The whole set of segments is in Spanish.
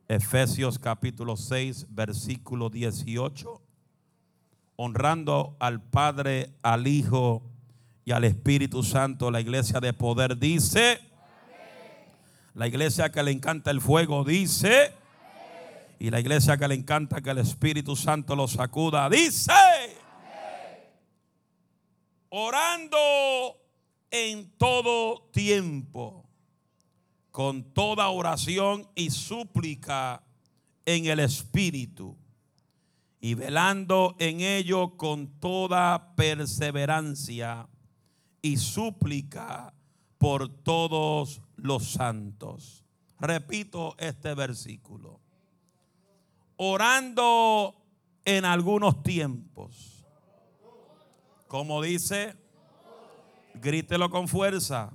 Efesios capítulo 6, versículo 18. Honrando al Padre, al Hijo y al Espíritu Santo, la iglesia de poder dice. La iglesia que le encanta el fuego dice. Y la iglesia que le encanta que el Espíritu Santo lo sacuda dice. Orando en todo tiempo, con toda oración y súplica en el Espíritu, y velando en ello con toda perseverancia y súplica por todos los santos. Repito este versículo. Orando en algunos tiempos. Como dice, grítelo con fuerza.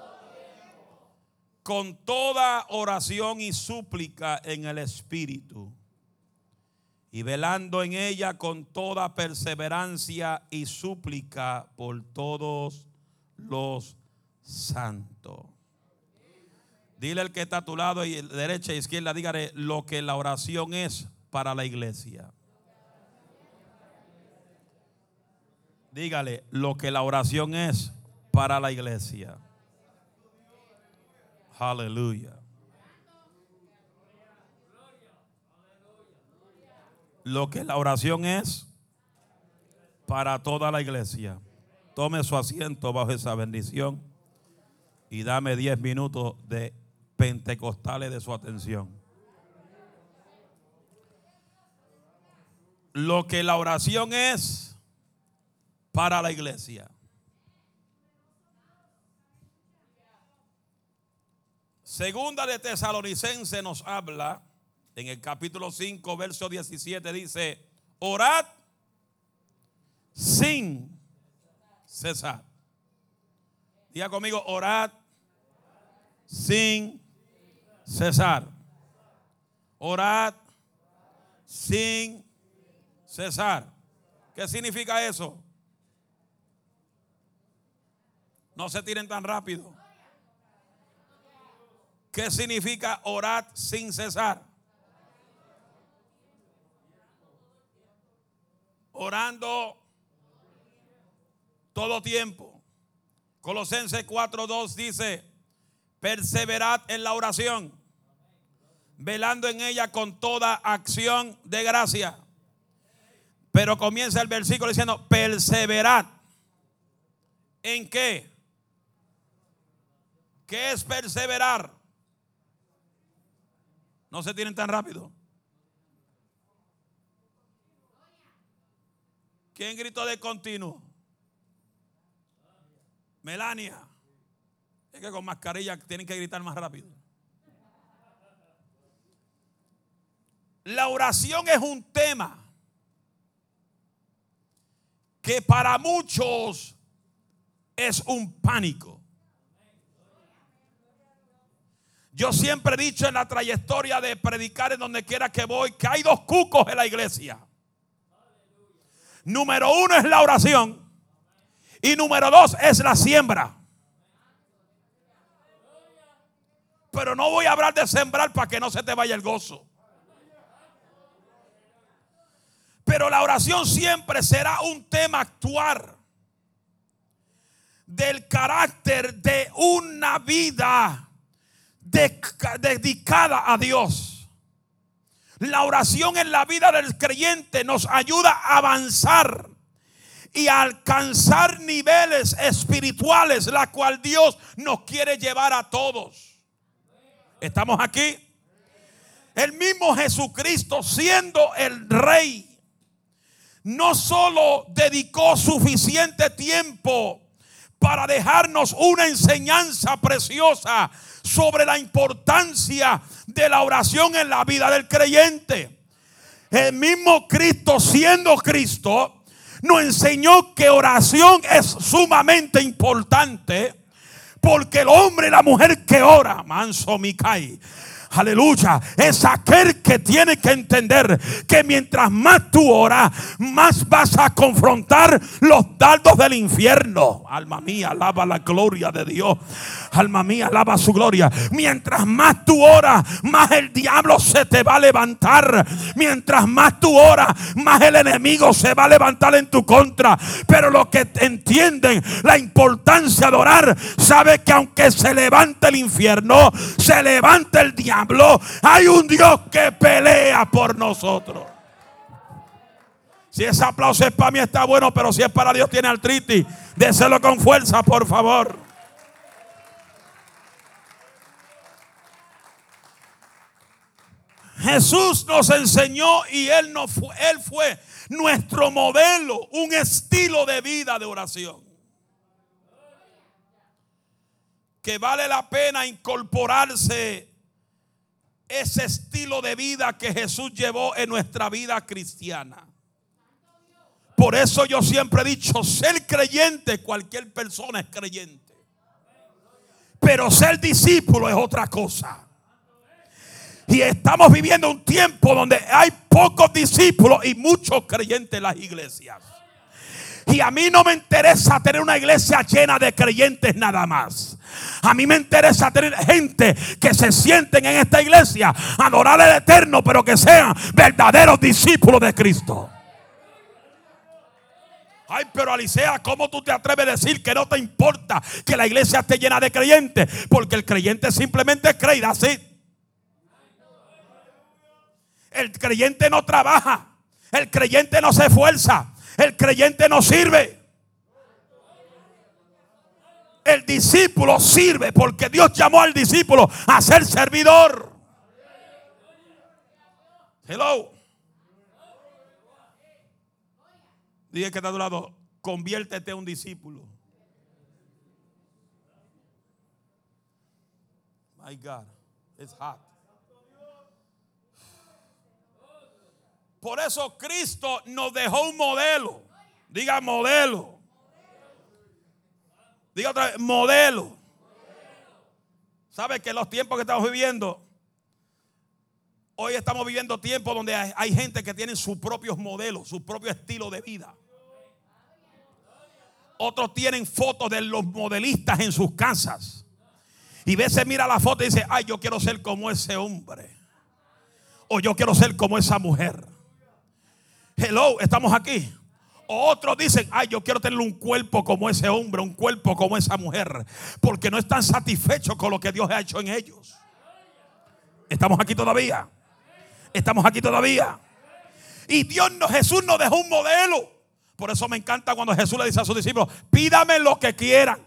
Con toda oración y súplica en el Espíritu, y velando en ella con toda perseverancia y súplica por todos los santos. Dile al que está a tu lado y derecha e izquierda, dígale lo que la oración es para la iglesia. Dígale lo que la oración es para la iglesia. Aleluya. Lo que la oración es para toda la iglesia. Tome su asiento bajo esa bendición y dame 10 minutos de pentecostales de su atención. Lo que la oración es para la iglesia. Segunda de Tesalonicenses nos habla en el capítulo 5, verso 17, dice: orad sin cesar. Diga conmigo: orad sin cesar. Orad sin cesar. ¿Qué significa eso? No se tiren tan rápido. ¿Qué significa orad sin cesar? Orando todo tiempo. Colosenses 4:2 dice: perseverad en la oración, velando en ella con toda acción de gracia. Pero comienza el versículo diciendo: perseverad. ¿En qué? ¿Qué es perseverar? No se tienen tan rápido. ¿Quién gritó de continuo? Melania. Es que con mascarilla tienen que gritar más rápido. La oración es un tema que para muchos es un pánico. Yo siempre he dicho en la trayectoria de predicar en donde quiera que voy que hay dos cucos en la iglesia. Número 1 es la oración y número 2 es la siembra. Pero no voy a hablar de sembrar para que no se te vaya el gozo. Pero la oración siempre será un tema a actuar del carácter de una vida dedicada a Dios. La oración en la vida del creyente nos ayuda a avanzar y a alcanzar niveles espirituales, la cual Dios nos quiere llevar a todos. ¿Estamos aquí? El mismo Jesucristo, siendo el Rey, no solo dedicó suficiente tiempo para dejarnos una enseñanza preciosa sobre la importancia de la oración en la vida del creyente. El mismo Cristo, siendo Cristo, nos enseñó que oración es sumamente importante, porque el hombre y la mujer que ora, manso Micai, aleluya, es aquel que tiene que entender que mientras más tú oras, más vas a confrontar los dardos del infierno. Alma mía, alaba la gloria de Dios. Alma mía, alaba su gloria. Mientras más tú oras, más el diablo se te va a levantar. Mientras más tú oras, más el enemigo se va a levantar en tu contra. Pero los que entienden la importancia de orar, saben que aunque se levante el infierno, se levante el diablo, hay un Dios que pelea por nosotros. Si ese aplauso es para mí, está bueno, pero si es para Dios, tiene artritis. Déselo con fuerza, por favor. Jesús nos enseñó y Él fue nuestro modelo, un estilo de vida de oración. Que vale la pena incorporarse ese estilo de vida que Jesús llevó en nuestra vida cristiana. Por eso yo siempre he dicho, ser creyente, cualquier persona es creyente. Pero ser discípulo es otra cosa. Y estamos viviendo un tiempo donde hay pocos discípulos y muchos creyentes en las iglesias. Y a mí no me interesa tener una iglesia llena de creyentes nada más. A mí me interesa tener gente que se sienten en esta iglesia a adorar al Eterno, pero que sean verdaderos discípulos de Cristo. Ay, pero Alicea, ¿cómo tú te atreves a decir que no te importa que la iglesia esté llena de creyentes? Porque el creyente simplemente cree, así. El creyente no trabaja, el creyente no se esfuerza, el creyente no sirve. El discípulo sirve porque Dios llamó al discípulo a ser servidor. Hello. Dije que está a tu lado, conviértete en un discípulo. My God, it's hot. Por eso Cristo nos dejó un modelo. Diga modelo. Diga otra vez, modelo. ¿Sabe que los tiempos que estamos viviendo, hoy estamos viviendo tiempos donde hay gente que tiene sus propios modelos, su propio estilo de vida? Otros tienen fotos de los modelistas en sus casas. Y a veces mira la foto y dice, ay, yo quiero ser como ese hombre. O yo quiero ser como esa mujer. Hello, estamos aquí. O otros dicen, ay, yo quiero tener un cuerpo como ese hombre, un cuerpo como esa mujer. Porque no están satisfechos con lo que Dios ha hecho en ellos. Estamos aquí todavía. Estamos aquí todavía. Y Jesús nos dejó un modelo. Por eso me encanta cuando Jesús le dice a sus discípulos, pídame lo que quieran.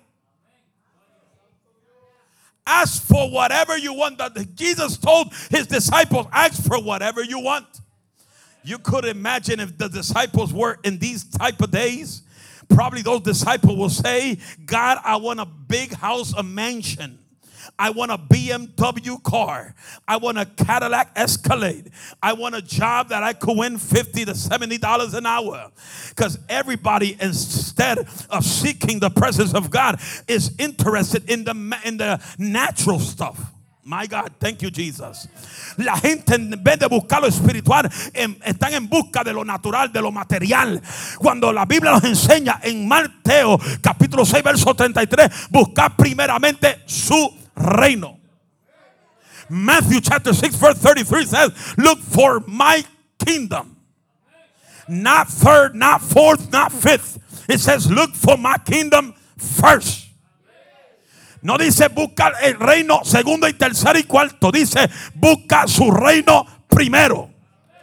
Ask for whatever you want. That Jesus told his disciples, ask for whatever you want. You could imagine if the disciples were in these type of days. Probably those disciples will say, God, I want a big house, a mansion. I want a BMW car. I want a Cadillac Escalade. I want a job that I could win $50 to $70 an hour. Because everybody, instead of seeking the presence of God, is interested in the natural stuff. My God, thank you, Jesus. La gente, en vez de buscar lo espiritual, están en busca de lo natural, de lo material. Cuando la Biblia nos enseña en Mateo capítulo 6 verso 33, buscar primeramente su reino. Matthew chapter 6 verse 33 says, look for my kingdom. Not third, not fourth, not fifth. It says, look for my kingdom first. No dice busca el reino segundo y tercero y cuarto. Dice busca su reino primero.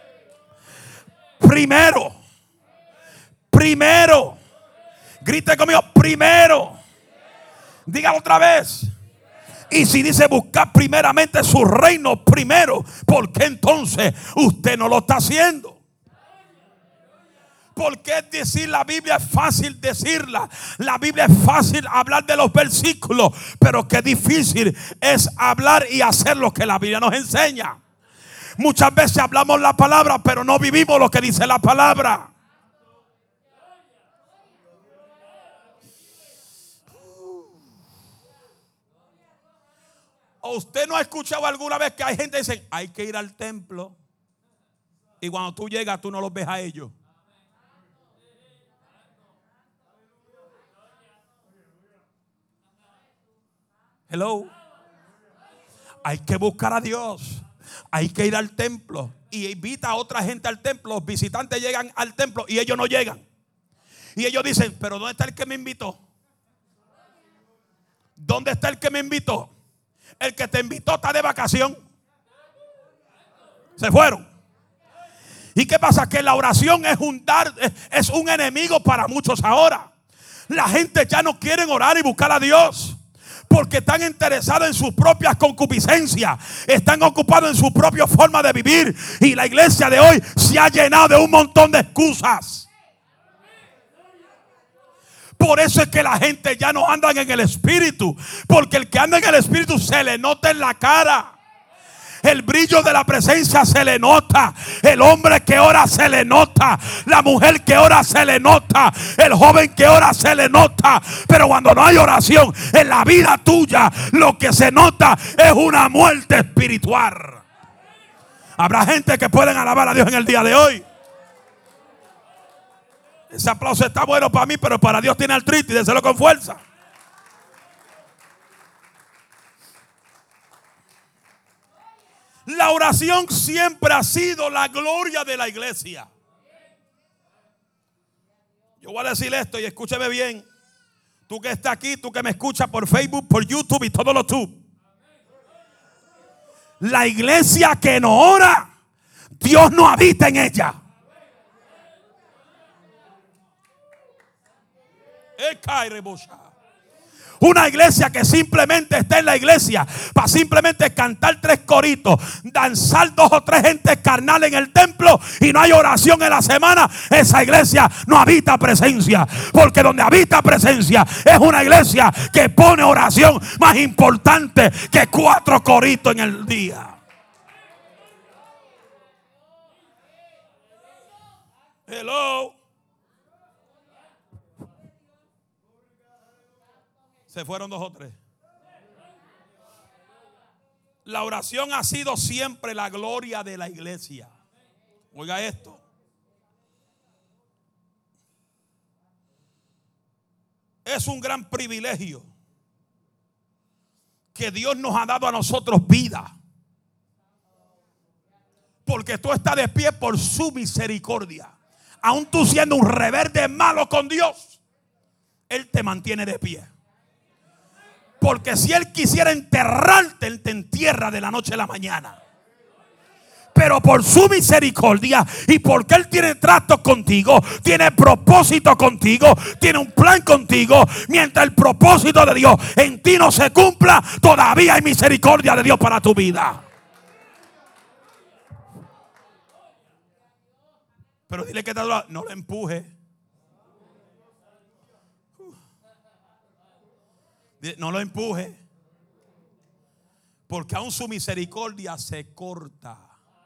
Primero. Primero. Grite conmigo, primero. Dígalo otra vez. Y si dice buscar primeramente su reino primero, ¿por qué entonces usted no lo está haciendo? Porque es decir, la Biblia es fácil decirla. La Biblia es fácil hablar de los versículos. Pero qué difícil es hablar y hacer lo que la Biblia nos enseña. Muchas veces hablamos la palabra, pero no vivimos lo que dice la palabra. ¿O usted no ha escuchado alguna vez que hay gente que dice, hay que ir al templo? Y cuando tú llegas, tú no los ves a ellos. Hello. Hay que buscar a Dios. Hay que ir al templo. Y invita a otra gente al templo. Los visitantes llegan al templo y ellos no llegan. Y ellos dicen, pero ¿dónde está el que me invitó? ¿Dónde está el que me invitó? El que te invitó está de vacación. Se fueron. ¿Y qué pasa? Que la oración es un enemigo para muchos ahora. La gente ya no quiere orar y buscar a Dios, porque están interesados en sus propias concupiscencias. Están ocupados en su propia forma de vivir. Y la iglesia de hoy se ha llenado de un montón de excusas. Por eso es que la gente ya no anda en el espíritu, porque el que anda en el espíritu se le nota en la cara. El brillo de la presencia se le nota. El hombre que ora se le nota. La mujer que ora se le nota. El joven que ora se le nota. Pero cuando no hay oración en la vida tuya, lo que se nota es una muerte espiritual. Habrá gente que pueden alabar a Dios en el día de hoy. Ese aplauso está bueno para mí, pero para Dios tiene artritis. Déselo con fuerza. La oración siempre ha sido la gloria de la iglesia. Yo voy a decir esto y escúcheme bien. Tú que estás aquí, tú que me escuchas por Facebook, por YouTube y todos los tubos. La iglesia que no ora, Dios no habita en ella. Una iglesia que simplemente está en la iglesia para simplemente cantar 3 coritos, danzar 2 o 3 gentes carnales en el templo y no hay oración en la semana. Esa iglesia no habita presencia, porque donde habita presencia es una iglesia que pone oración más importante que 4 coritos en el día. Hello. Se fueron 2 o 3. La oración ha sido siempre la gloria de la iglesia. Oiga esto. Es un gran privilegio que Dios nos ha dado a nosotros vida. Porque tú estás de pie por su misericordia. Aún tú siendo un rebelde malo con Dios, Él te mantiene de pie. Porque si Él quisiera enterrarte, Él te entierra de la noche a la mañana. Pero por su misericordia y porque Él tiene trato contigo, tiene propósito contigo, tiene un plan contigo, mientras el propósito de Dios en ti no se cumpla, todavía hay misericordia de Dios para tu vida. Pero dile que no lo empuje. No lo empuje, porque aún su misericordia se corta.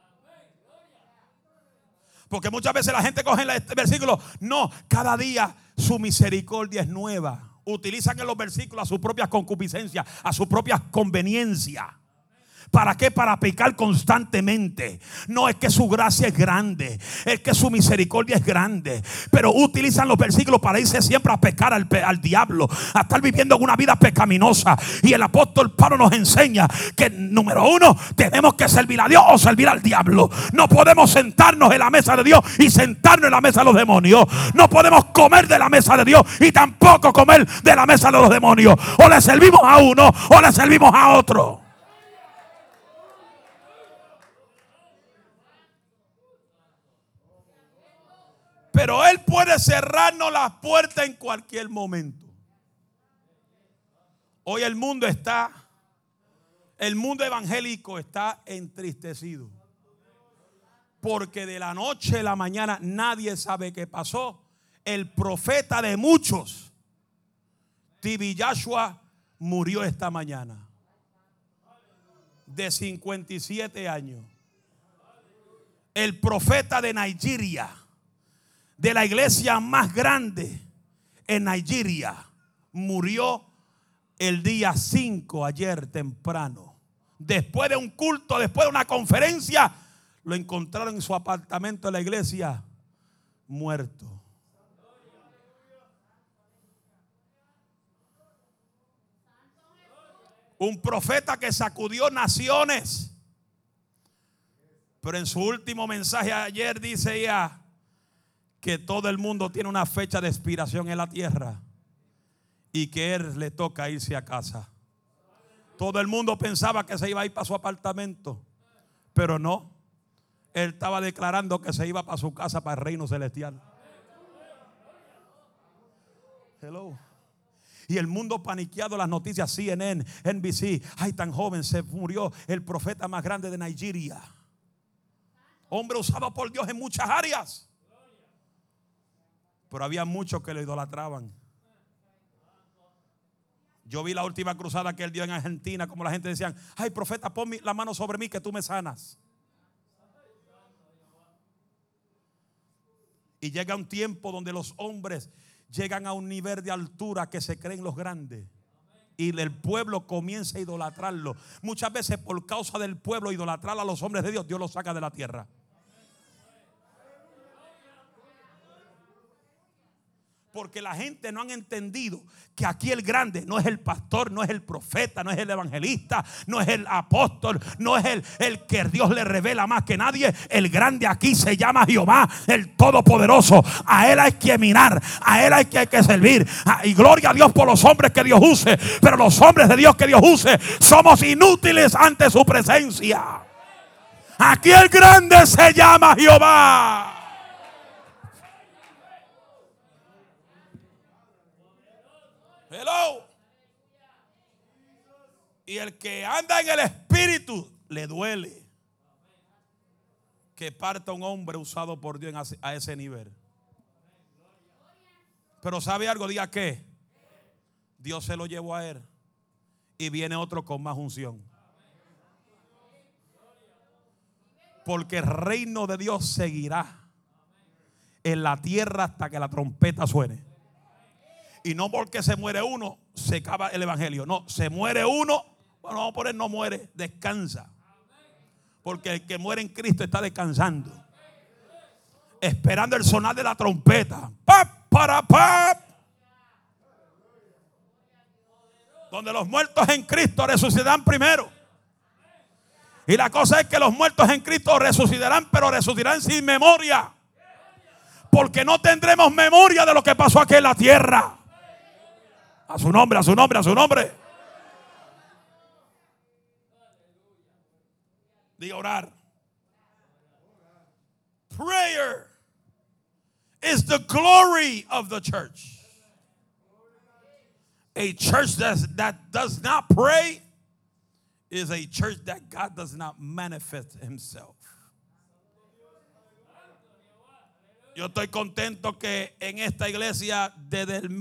Porque muchas veces la gente coge este versículo. No, cada día su misericordia es nueva. Utilizan en los versículos a sus propias concupiscencias, a sus propias conveniencias. ¿Para qué? Para pecar constantemente. No, es que su gracia es grande, es que su misericordia es grande. Pero utilizan los versículos para irse siempre a pecar al diablo, a estar viviendo una vida pecaminosa. Y el apóstol Pablo nos enseña que, número 1, tenemos que servir a Dios o servir al diablo. No podemos sentarnos en la mesa de Dios y sentarnos en la mesa de los demonios. No podemos comer de la mesa de Dios y tampoco comer de la mesa de los demonios. O le servimos a uno o le servimos a otro. Pero Él puede cerrarnos las puertas en cualquier momento. Hoy el mundo evangélico está entristecido. Porque de la noche a la mañana nadie sabe qué pasó. El profeta de muchos, T.B. Joshua, murió esta mañana. De 57 años. El profeta de Nigeria, de la iglesia más grande en Nigeria, murió el día 5, ayer temprano. Después de un culto, después de una conferencia, lo encontraron en su apartamento de la iglesia, muerto. Un profeta que sacudió naciones. Pero en su último mensaje ayer dice ya que todo el mundo tiene una fecha de expiración en la tierra y que él le toca irse a casa. Todo el mundo pensaba que se iba a ir para su apartamento, pero no. Él estaba declarando que se iba para su casa, para el reino celestial. Hello. Y el mundo paniqueado, las noticias, CNN, NBC. Ay, tan joven, se murió el profeta más grande de Nigeria. Hombre usado por Dios en muchas áreas. Pero había muchos que lo idolatraban. Yo vi la última cruzada que él dio en Argentina, como la gente decía: ay, profeta, pon la mano sobre mí que tú me sanas. Y llega un tiempo donde los hombres llegan a un nivel de altura que se creen los grandes. Y el pueblo comienza a idolatrarlo. Muchas veces por causa del pueblo idolatrar a los hombres de Dios, Dios los saca de la tierra. Porque la gente no han entendido que aquí el grande no es el pastor, no es el profeta, no es el evangelista, no es el apóstol, no es el que Dios le revela más que nadie. El grande aquí se llama Jehová, el Todopoderoso. A él hay que mirar, a él hay que servir. Y gloria a Dios por los hombres que Dios use. Pero los hombres de Dios que Dios use somos inútiles ante su presencia. Aquí el grande se llama Jehová. Hello. Y el que anda en el espíritu le duele que parta un hombre usado por Dios a ese nivel. Pero ¿sabe algo? Diga que Dios se lo llevó a él y viene otro con más unción. Porque el reino de Dios seguirá en la tierra hasta que la trompeta suene. Y no porque se muere uno, se acaba el evangelio. No, se muere uno, bueno, vamos a poner no muere, descansa. Porque el que muere en Cristo está descansando, esperando el sonar de la trompeta. ¡Pap, para, pap! Donde los muertos en Cristo resucitarán primero. Y la cosa es que los muertos en Cristo resucitarán, pero resucitarán sin memoria. Porque no tendremos memoria de lo que pasó aquí en la tierra. A su nombre, a su nombre, a su nombre. Diga orar. Prayer is the glory of the church. A church that does not pray is a church that God does not manifest himself. Yo estoy contento que en esta iglesia desde el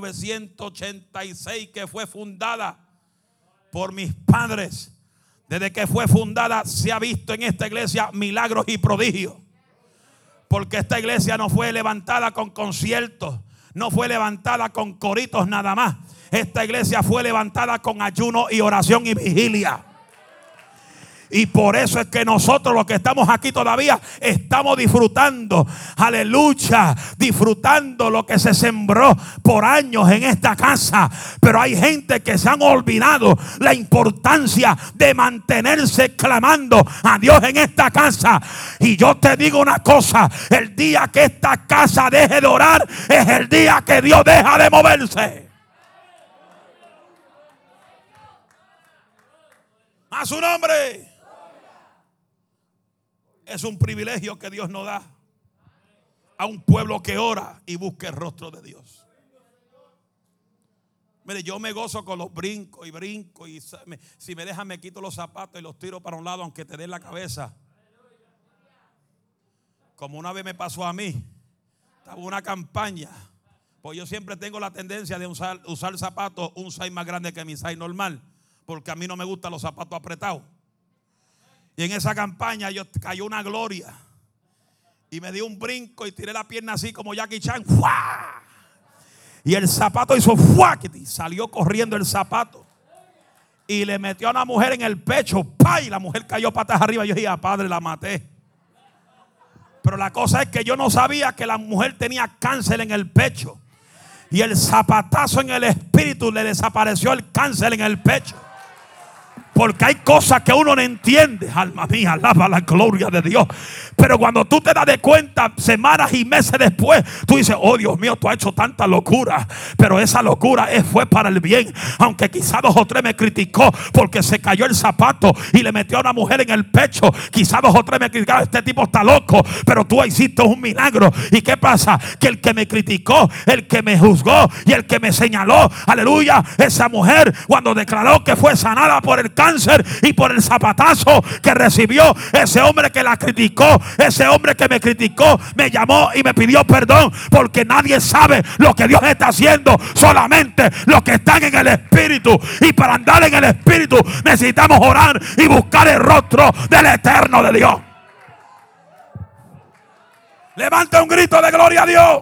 1986 que fue fundada por mis padres, desde que fue fundada se ha visto en esta iglesia milagros y prodigios. Porque esta iglesia no fue levantada con conciertos, no fue levantada con coritos nada más. Esta iglesia fue levantada con ayuno y oración y vigilia. Y por eso es que nosotros los que estamos aquí todavía estamos disfrutando, aleluya, disfrutando lo que se sembró por años en esta casa. Pero hay gente que se han olvidado la importancia de mantenerse clamando a Dios en esta casa. Y yo te digo una cosa, el día que esta casa deje de orar es el día que Dios deja de moverse. A su nombre. Es un privilegio que Dios nos da a un pueblo que ora y busca el rostro de Dios. Mire, yo me gozo con los brincos y brinco. Y si me dejan me quito los zapatos y los tiro para un lado aunque te den la cabeza. Como una vez me pasó a mí. Estaba una campaña. Pues yo siempre tengo la tendencia de usar zapatos un size más grande que mi size normal. Porque a mí no me gustan los zapatos apretados. Y en esa campaña yo cayó una gloria. Y me dio un brinco y tiré la pierna así como Jackie Chan. ¡Fua! Y el zapato hizo ¡fua! Y salió corriendo el zapato. Y le metió a una mujer en el pecho. ¡Pah! Y la mujer cayó patas arriba. Yo dije, padre, la maté. Pero la cosa es que yo no sabía que la mujer tenía cáncer en el pecho. Y el zapatazo en el espíritu le desapareció el cáncer en el pecho. Porque hay cosas que uno no entiende. Alma mía, alaba la gloria de Dios. Pero cuando tú te das de cuenta, semanas y meses después, tú dices, oh Dios mío, tú has hecho tanta locura. Pero esa locura fue para el bien. Aunque quizá 2 o 3 me criticó porque se cayó el zapato y le metió a una mujer en el pecho. Quizá 2 o 3 me criticaron, este tipo está loco. Pero tú hiciste un milagro. ¿Y qué pasa? Que el que me criticó, el que me juzgó y el que me señaló, aleluya, esa mujer cuando declaró que fue sanada por el cáncer y por el zapatazo que recibió, ese hombre que la criticó, ese hombre que me criticó, me llamó y me pidió perdón. Porque nadie sabe lo que Dios está haciendo, solamente los que están en el Espíritu. Y para andar en el Espíritu necesitamos orar y buscar el rostro del eterno de Dios. Levanta un grito de gloria a Dios.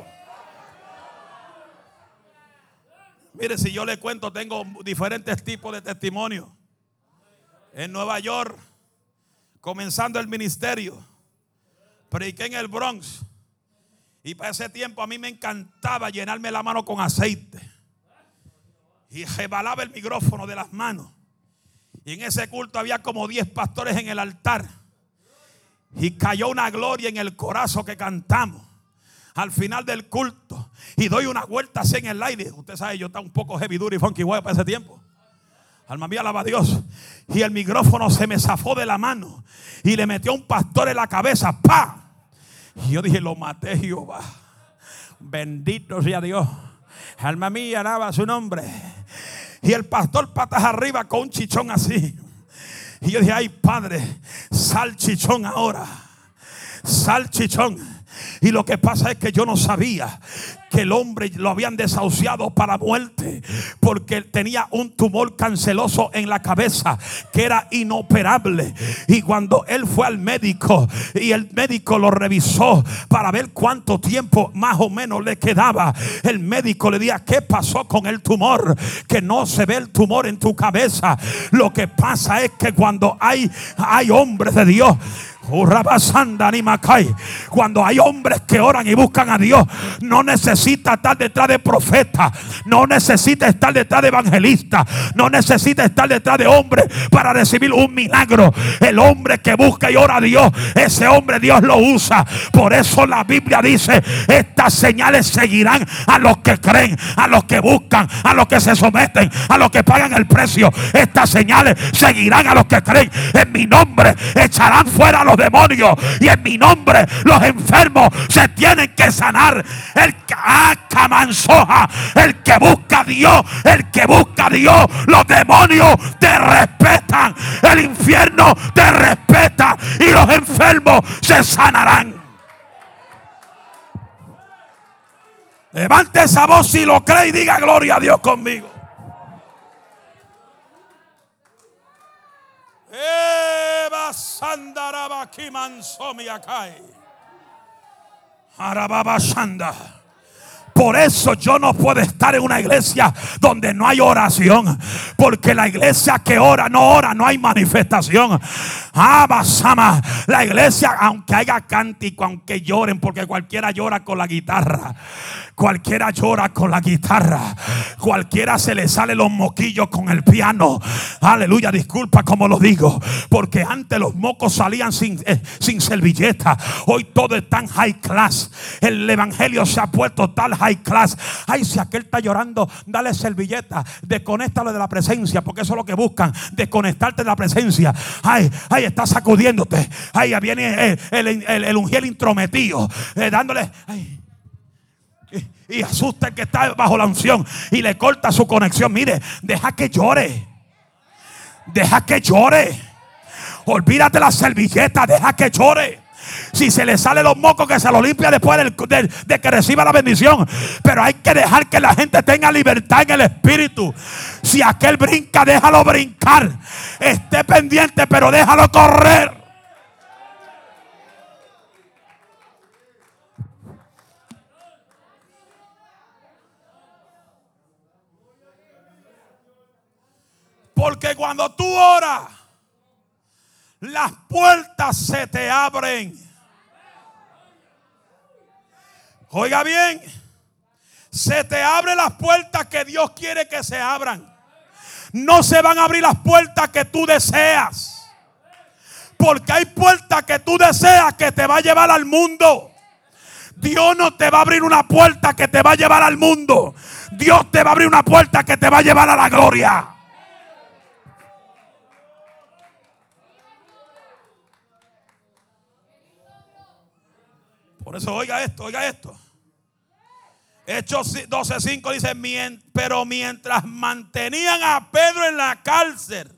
Mire, si yo le cuento, tengo diferentes tipos de testimonios. En Nueva York, comenzando el ministerio, prediqué en el Bronx. Y para ese tiempo a mí me encantaba llenarme la mano con aceite. Y rebalaba el micrófono de las manos. Y en ese culto había como 10 pastores en el altar. Y cayó una gloria en el corazón que cantamos al final del culto. Y doy una vuelta así en el aire. Usted sabe, yo estaba un poco heavy duty funky boy para ese tiempo. Alma mía, alaba a Dios. Y el micrófono se me zafó de la mano y le metió a un pastor en la cabeza. ¡Pah! Y yo dije, lo maté, Jehová. Bendito sea Dios. Alma mía, alaba su nombre. Y el pastor patas arriba con un chichón así. Y yo dije, ay Padre, sal chichón ahora. Sal chichón. Y lo que pasa es que yo no sabía que el hombre lo habían desahuciado para muerte, porque tenía un tumor canceroso en la cabeza que era inoperable. Y cuando él fue al médico y el médico lo revisó para ver cuánto tiempo más o menos le quedaba, el médico le dijo, ¿qué pasó con el tumor? Que no se ve el tumor en tu cabeza. Lo que pasa es que cuando hay hombres de Dios, cuando hay hombres que oran y buscan a Dios, no necesita estar detrás de profetas, no necesita estar detrás de evangelistas, no necesita estar detrás de hombres para recibir un milagro. El hombre que busca y ora a Dios, ese hombre Dios lo usa. Por eso la Biblia dice, estas señales seguirán a los que creen, a los que buscan, a los que se someten, a los que pagan el precio. Estas señales seguirán a los que creen. En mi nombre echarán fuera a los demonios, y en mi nombre los enfermos se tienen que sanar. El que busca a Dios, el que busca a Dios, los demonios te respetan, el infierno te respeta y los enfermos se sanarán. Levante esa voz si lo cree y diga gloria a Dios conmigo. Eva Sandaraba Kimansomiakai. Arababa Sanda. Por eso yo no puedo estar en una iglesia donde no hay oración, porque la iglesia que ora, no hay manifestación. Abasama, la iglesia, aunque haya cántico, aunque lloren, porque cualquiera llora con la guitarra. Cualquiera llora con la guitarra. Cualquiera se le salen los moquillos con el piano. Aleluya, disculpa como lo digo, porque antes los mocos salían sin servilleta. Hoy todo es tan high class. El evangelio se ha puesto tal high class. Ay, si aquel está llorando, dale servilleta. Desconéctalo de la presencia, porque eso es lo que buscan, desconectarte de la presencia. Ay, está sacudiéndote. Ay, viene el ungiel intrometido, dándole. Ay. Y asusta el que está bajo la unción y le corta su conexión. Mire, deja que llore. Deja que llore. Olvídate la servilleta, deja que llore. Si se le sale los mocos, que se lo limpia después de que reciba la bendición. Pero hay que dejar que la gente tenga libertad en el espíritu. Si aquel brinca, déjalo brincar. Esté pendiente, pero déjalo correr. Porque cuando tú oras, las puertas se te abren. Oiga bien, se te abren las puertas que Dios quiere que se abran. no se van a abrir las puertas que tú deseas. Porque hay puertas que tú deseas que te va a llevar al mundo. Dios no te va a abrir una puerta que te va a llevar al mundo. Dios te va a abrir una puerta que te va a llevar a la gloria. Por eso oiga esto, oiga esto. Hechos 12:5 dice, pero mientras mantenían a Pedro en la cárcel,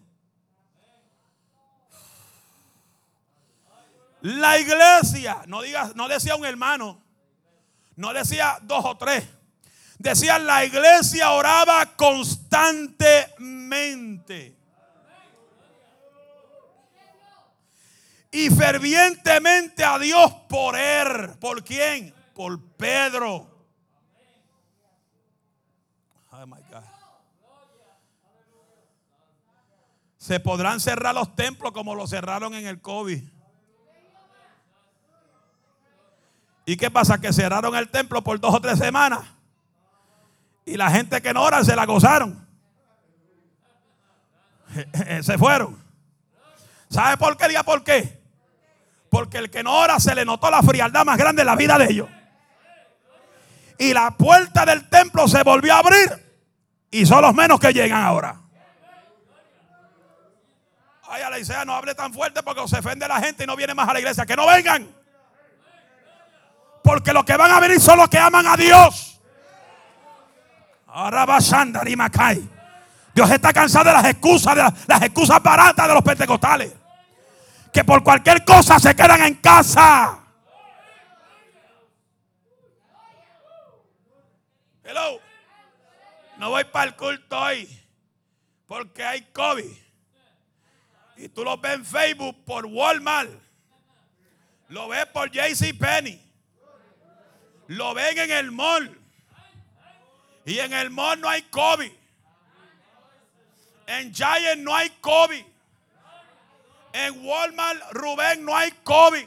la iglesia, no decía un hermano, no decía 2 o 3, decía la iglesia oraba constantemente y fervientemente a Dios por él. ¿Por quién? Por Pedro. Oh my God. Se podrán cerrar los templos como lo cerraron en el COVID. ¿Y qué pasa? Que cerraron el templo por 2 o 3 semanas y la gente que no ora se la gozaron. Se fueron. ¿Sabe por qué? Diga por qué. Porque el que no ora se le notó la frialdad más grande en la vida de ellos. Y la puerta del templo se volvió a abrir y son los menos que llegan ahora. Ay, Aleicea, no hable tan fuerte porque se ofende la gente y no viene más a la iglesia. Que no vengan. Porque los que van a venir son los que aman a Dios. Dios está cansado de las excusas baratas de los pentecostales, que por cualquier cosa se quedan en casa. Hello. No voy para el culto hoy porque hay COVID. Y tú lo ves en Facebook por Walmart. Lo ves por JCPenney. Lo ven en el mall. Y en el mall no hay COVID. En Giant no hay COVID. En Walmart, Rubén, no hay COVID.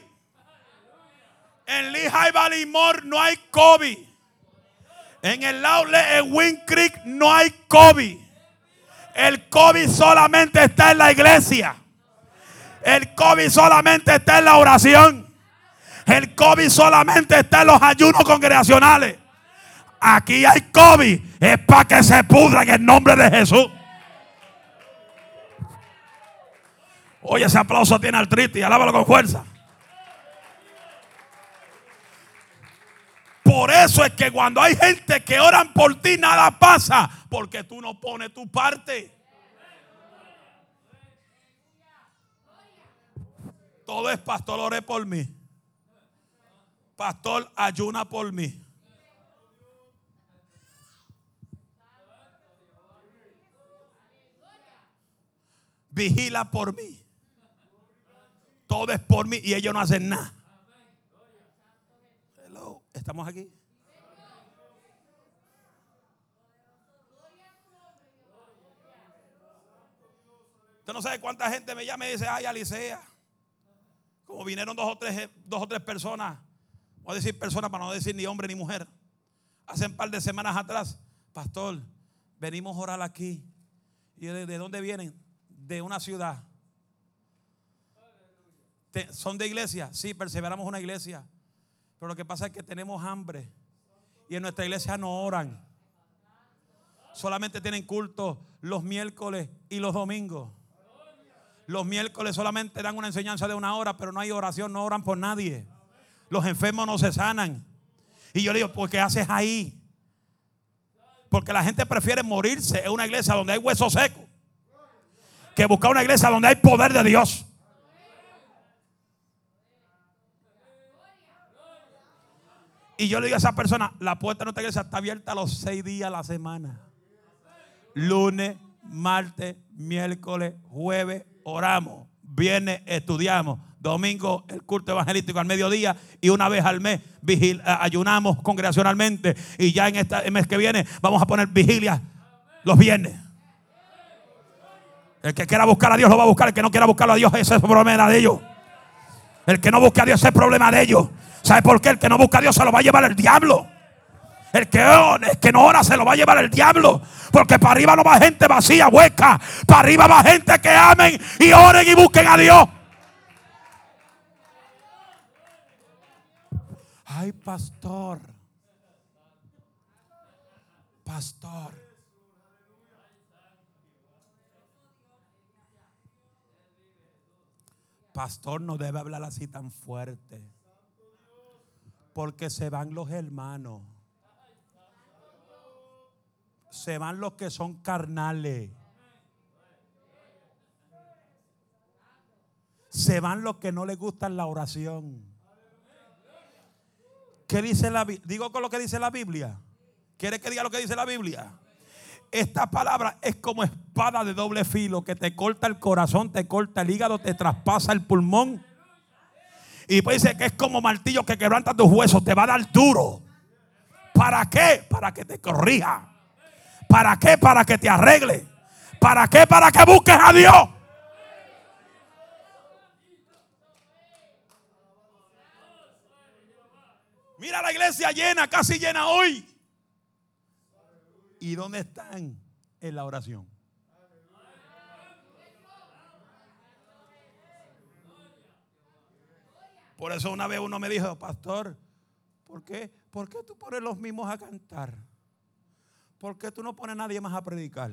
En Lehigh Valley Mall no hay COVID. En el outlet en Wind Creek no hay COVID. El COVID solamente está en la iglesia. El COVID solamente está en la oración. El COVID solamente está en los ayunos congregacionales. Aquí hay COVID. Es para que se pudra en el nombre de Jesús. Oye, ese aplauso tiene artritis. Alábalo con fuerza. Por eso es que cuando hay gente que oran por ti, nada pasa. Porque tú no pones tu parte. Todo es pastor, ore por mí. Pastor, ayuna por mí. Vigila por mí. Todo es por mí y ellos no hacen nada. Hello, ¿estamos aquí? Usted no sabe cuánta gente me llama y dice, ay, Alicea. Como vinieron dos o tres personas, voy a decir personas para no decir ni hombre ni mujer. Hace un par de semanas atrás, pastor, venimos a orar aquí. ¿Y de dónde vienen? De una ciudad. ¿Son de iglesia? Sí, perseveramos una iglesia. Pero lo que pasa es que tenemos hambre. Y en nuestra iglesia no oran. Solamente tienen culto los miércoles y los domingos. Los miércoles solamente dan una enseñanza de 1 hora, pero no hay oración, no oran por nadie. Los enfermos no se sanan. Y yo le digo, ¿por qué haces ahí? Porque la gente prefiere morirse en una iglesia donde hay hueso seco que buscar una iglesia donde hay poder de Dios. Y yo le digo a esa persona, la puerta de nuestra iglesia está abierta los 6 días a la semana. Lunes, martes, miércoles, jueves, oramos. Viernes, estudiamos. Domingo, el culto evangelístico al mediodía. Y una vez al mes ayunamos congregacionalmente. Y ya en el mes que viene vamos a poner vigilia los viernes. El que quiera buscar a Dios lo va a buscar. El que no quiera buscarlo a Dios, ese es el problema de ellos. El que no busca a Dios, ese es el problema de ellos. ¿Sabe por qué? El que no busca a Dios se lo va a llevar el diablo. El que no ora se lo va a llevar el diablo. Porque para arriba no va gente vacía, hueca. Para arriba va gente que amen y oren y busquen a Dios. Ay, pastor. Pastor. Pastor, no debe hablar así tan fuerte. Porque se van los hermanos. Se van los que son carnales. Se van los que no les gusta la oración. ¿Qué dice la Biblia? Digo con lo que dice la Biblia. ¿Quiere que diga lo que dice la Biblia? Esta palabra es como espada de doble filo que te corta el corazón, te corta el hígado, te traspasa el pulmón. Y pues dice que es como martillo que quebranta tus huesos, te va a dar duro. ¿Para qué? Para que te corrija. ¿Para qué? Para que te arregle. ¿Para qué? Para que busques a Dios. Mira la iglesia llena, casi llena hoy. ¿Y dónde están? En la oración. Por eso una vez uno me dijo, pastor, ¿por qué tú pones los mismos a cantar? ¿Por qué tú no pones a nadie más a predicar?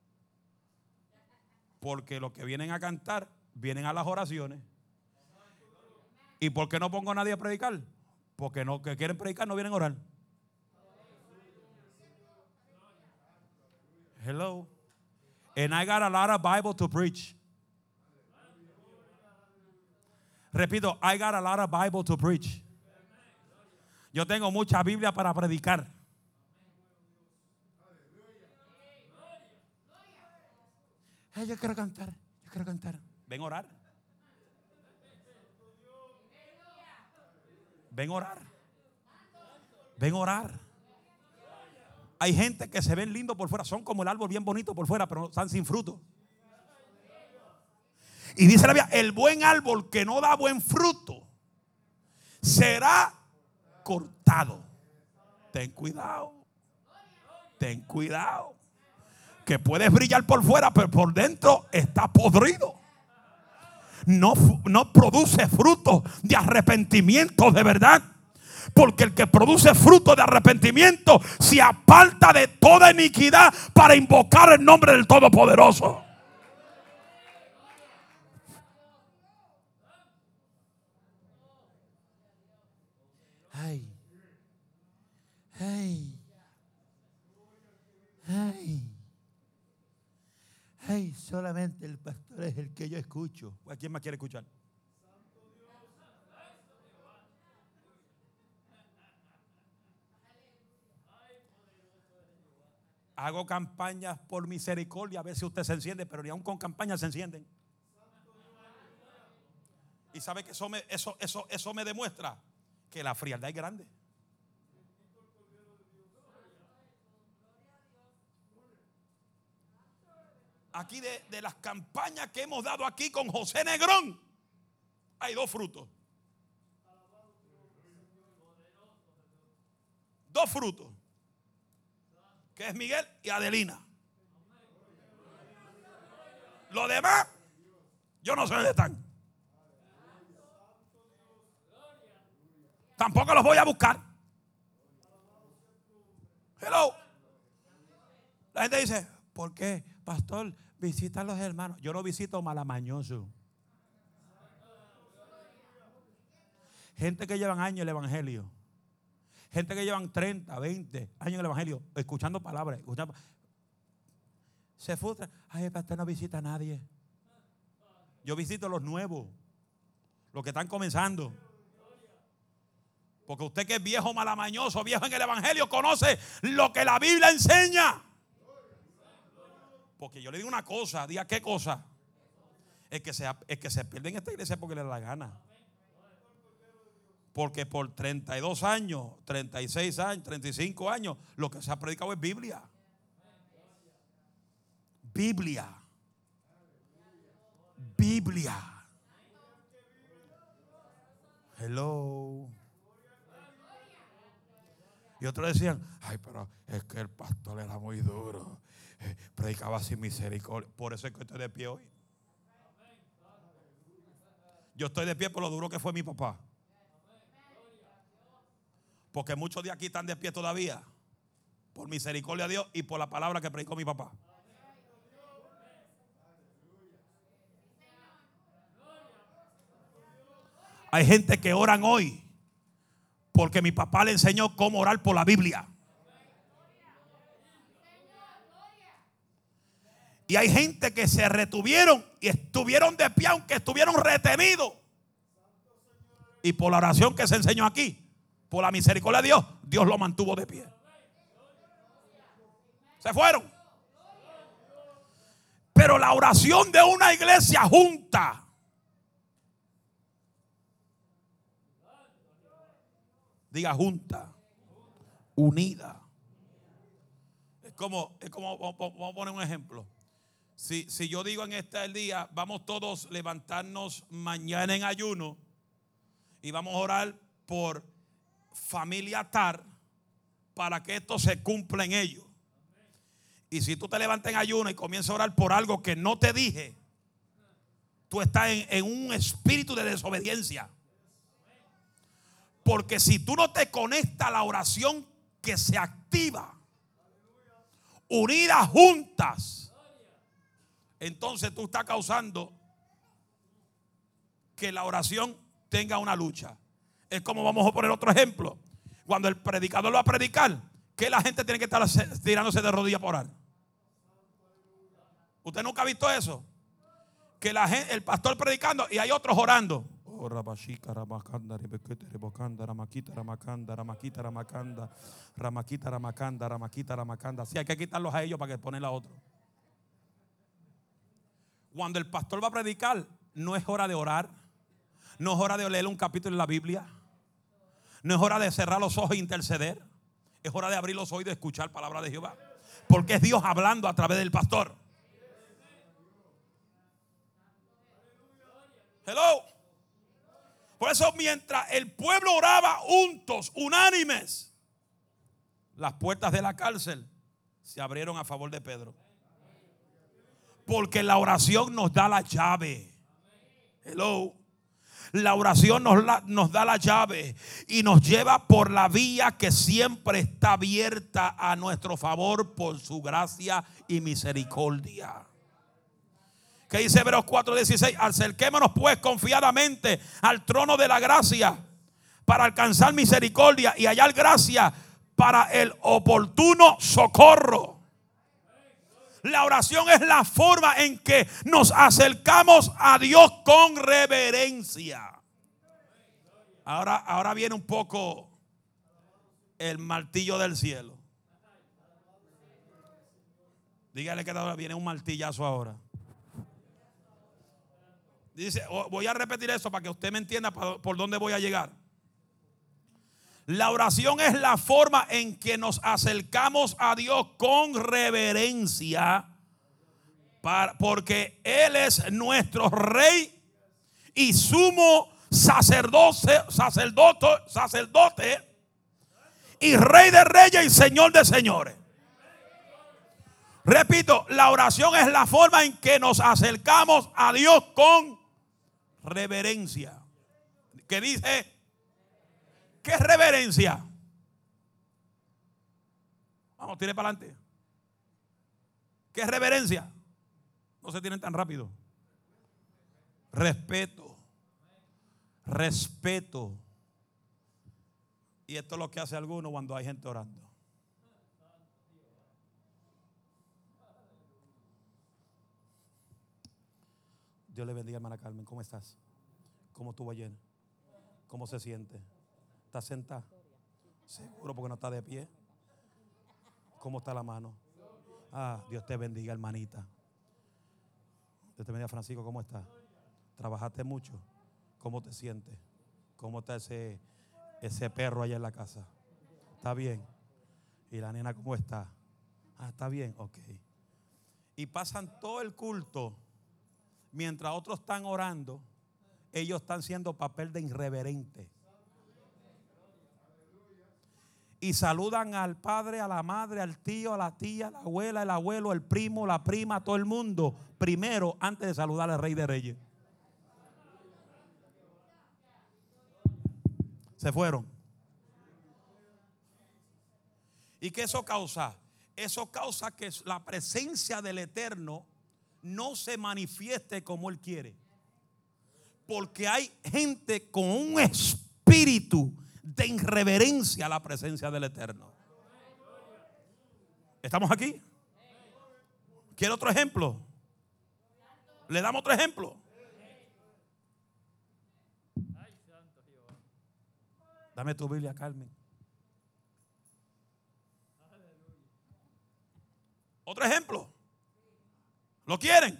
Porque los que vienen a cantar vienen a las oraciones. ¿Y por qué no pongo a nadie a predicar? Porque los que quieren predicar no vienen a orar. Hello. And I got a lot of Bible to preach. Repito, I got a lot of Bible to preach. Yo tengo mucha Biblia para predicar. Yo quiero cantar, yo quiero cantar. Ven a orar. Ven a orar. Ven a orar. Hay gente que se ven lindos por fuera, son como el árbol bien bonito por fuera, pero están sin fruto. Y dice la Biblia, el buen árbol que no da buen fruto será cortado. Ten cuidado. Ten cuidado. Que puedes brillar por fuera, pero por dentro está podrido. No produce fruto de arrepentimiento de verdad. Porque el que produce fruto de arrepentimiento se aparta de toda iniquidad para invocar el nombre del Todopoderoso. Ay, ay, ay, ay, solamente el pastor es el que yo escucho. ¿A quién más quiere escuchar? Hago campañas por misericordia, a ver si usted se enciende, pero ni aún con campañas se encienden. Y sabe que eso me demuestra que la frialdad es grande. Aquí de las campañas que hemos dado aquí con José Negrón, hay dos frutos. Dos frutos. Que es Miguel y Adelina. Los demás, yo no sé dónde están. Tampoco los voy a buscar. Hello. La gente dice, ¿por qué, pastor, visita a los hermanos? Yo no visito malamañoso. Gente que llevan años el evangelio. Gente que llevan 30, 20 años en el evangelio, escuchando palabras. Se frustran. Ay, el pastor no visita a nadie. Yo visito a los nuevos, los que están comenzando. Porque usted que es viejo malamañoso, viejo en el evangelio, conoce lo que la Biblia enseña. Porque yo le digo una cosa, diga qué cosa. Es que se pierde en esta iglesia porque le da la gana. Porque por 32 años, 36 años, 35 años, lo que se ha predicado es Biblia. Biblia. Biblia. Hello. Y otros decían, ay, pero es que el pastor era muy duro, predicaba sin misericordia. Por eso es que estoy de pie hoy. Yo estoy de pie por lo duro que fue mi papá. Porque muchos de aquí están de pie todavía por misericordia de Dios y por la palabra que predicó mi papá. Hay gente que oran hoy porque mi papá le enseñó cómo orar por la Biblia. Y hay gente que se retuvieron y estuvieron de pie aunque estuvieron retenidos. Y por la oración que se enseñó aquí, por la misericordia de Dios, Dios lo mantuvo de pie. Se fueron. Pero la oración de una iglesia junta, diga junta, unida. Es como vamos a poner un ejemplo. Si yo digo en este día, vamos todos levantarnos mañana en ayuno y vamos a orar por familia TAR para que esto se cumpla en ellos. Y si tú te levantas en ayuno y comienzas a orar por algo que no te dije, tú estás en un espíritu de desobediencia. Porque si tú no te conectas a la oración que se activa, unidas juntas, entonces tú estás causando que la oración tenga una lucha. Es como, vamos a poner otro ejemplo. Cuando el predicador va a predicar, ¿qué la gente tiene que estar tirándose de rodillas para orar? ¿Usted nunca ha visto eso? Que el pastor predicando y hay otros orando. Sí, hay que quitarlos a ellos para que ponen a otro. Cuando el pastor va a predicar, no es hora de orar, no es hora de leer un capítulo de la Biblia, no es hora de cerrar los ojos e interceder, es hora de abrir los ojos y de escuchar palabra de Jehová, porque es Dios hablando a través del pastor. Hello. Por eso mientras el pueblo oraba juntos, unánimes, las puertas de la cárcel se abrieron a favor de Pedro. Porque la oración nos da la llave. Hello. La oración nos da la llave y nos lleva por la vía que siempre está abierta a nuestro favor por su gracia y misericordia. ¿Qué dice Hebreos 4:16? Acerquémonos pues confiadamente al trono de la gracia para alcanzar misericordia y hallar gracia para el oportuno socorro. La oración es la forma en que nos acercamos a Dios con reverencia. Ahora viene un poco el martillo del cielo. Dígale que ahora viene un martillazo ahora. Dice, voy a repetir eso para que usted me entienda por dónde voy a llegar. La oración es la forma en que nos acercamos a Dios con reverencia, porque Él es nuestro Rey y sumo sacerdote y Rey de reyes y Señor de señores. Repito, la oración es la forma en que nos acercamos a Dios con reverencia. ¿Qué dice? ¿Qué es reverencia? Vamos, tire para adelante. ¿Qué es reverencia? No se tienen tan rápido. Respeto. Respeto. Y esto es lo que hace alguno cuando hay gente orando. Dios le bendiga, hermana Carmen. ¿Cómo estás? ¿Cómo estuvo ayer? ¿Cómo se siente? ¿Está sentada? Seguro porque no está de pie. ¿Cómo está la mano? Ah, Dios te bendiga, hermanita. Dios te bendiga, Francisco. ¿Cómo estás? ¿Trabajaste mucho? ¿Cómo te sientes? ¿Cómo está ese perro allá en la casa? ¿Está bien? ¿Y la nena cómo está? Ah, ¿está bien? Ok. Y pasan todo el culto. Mientras otros están orando, ellos están siendo papel de irreverente. y saludan al padre, a la madre, al tío, a la tía, a la abuela, el abuelo, el primo, la prima, a todo el mundo, primero antes de saludar al Rey de Reyes. Se fueron. ¿Y qué eso causa? Eso causa que la presencia del Eterno no se manifieste como Él quiere. Porque hay gente con un espíritu de irreverencia a la presencia del Eterno. ¿Estamos aquí? ¿Quiere otro ejemplo? ¿Le damos otro ejemplo? Dame tu Biblia, Carmen. Otro ejemplo. ¿Lo quieren?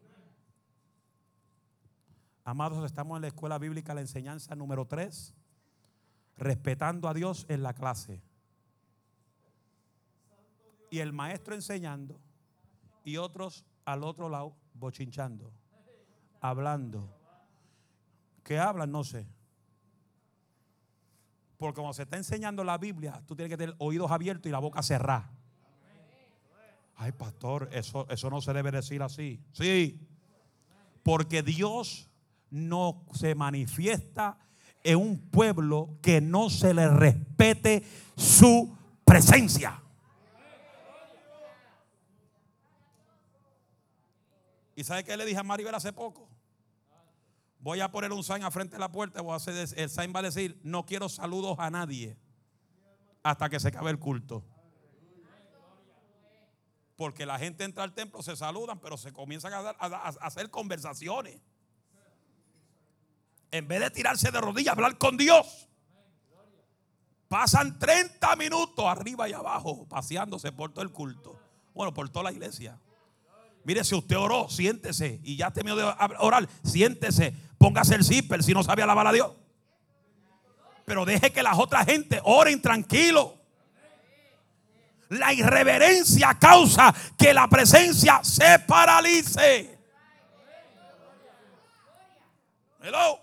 Amados, estamos en la escuela bíblica, la enseñanza número 3. Respetando a Dios en la clase. Y el maestro enseñando. Y otros al otro lado bochinchando. Hablando. ¿Qué hablan? No sé. Porque cuando se está enseñando la Biblia, tú tienes que tener oídos abiertos y la boca cerrada. Ay, pastor, eso no se debe decir así. Sí. Porque Dios no se manifiesta en un pueblo que no se le respete su presencia. ¿Y sabe qué le dije a Maribel hace poco? Voy a poner un sign al frente de la puerta. Voy a hacer, el sign va a decir: no quiero saludos a nadie hasta que se acabe el culto. Porque la gente entra al templo, se saludan, pero se comienzan a hacer conversaciones. En vez de tirarse de rodillas, hablar con Dios. Pasan 30 minutos arriba y abajo, paseándose por todo el culto. Bueno, por toda la iglesia. Mire, si usted oró, siéntese. Y ya terminó de orar, siéntese. Póngase el zipper si no sabe alabar a Dios. Pero deje que las otras gente oren tranquilo. La irreverencia causa que la presencia se paralice. Hello.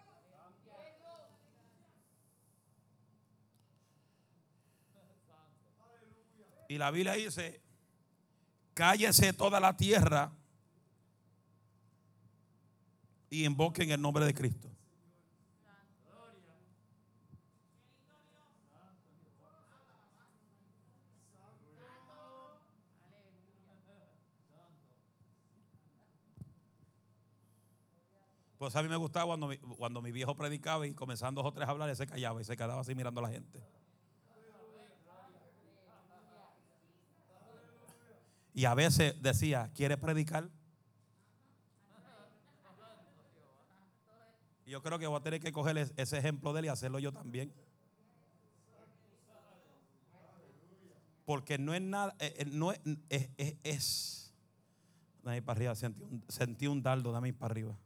Y la Biblia dice: cállese toda la tierra y invoquen el nombre de Cristo. Pues a mí me gustaba cuando mi viejo predicaba y comenzando 2 o 3 a hablar, él se callaba y se quedaba así mirando a la gente. Y a veces decía: ¿quiere predicar? Y yo creo que voy a tener que coger ese ejemplo de él y hacerlo yo también. Porque no es nada, no es. Dame para arriba, sentí un dardo, dame para arriba.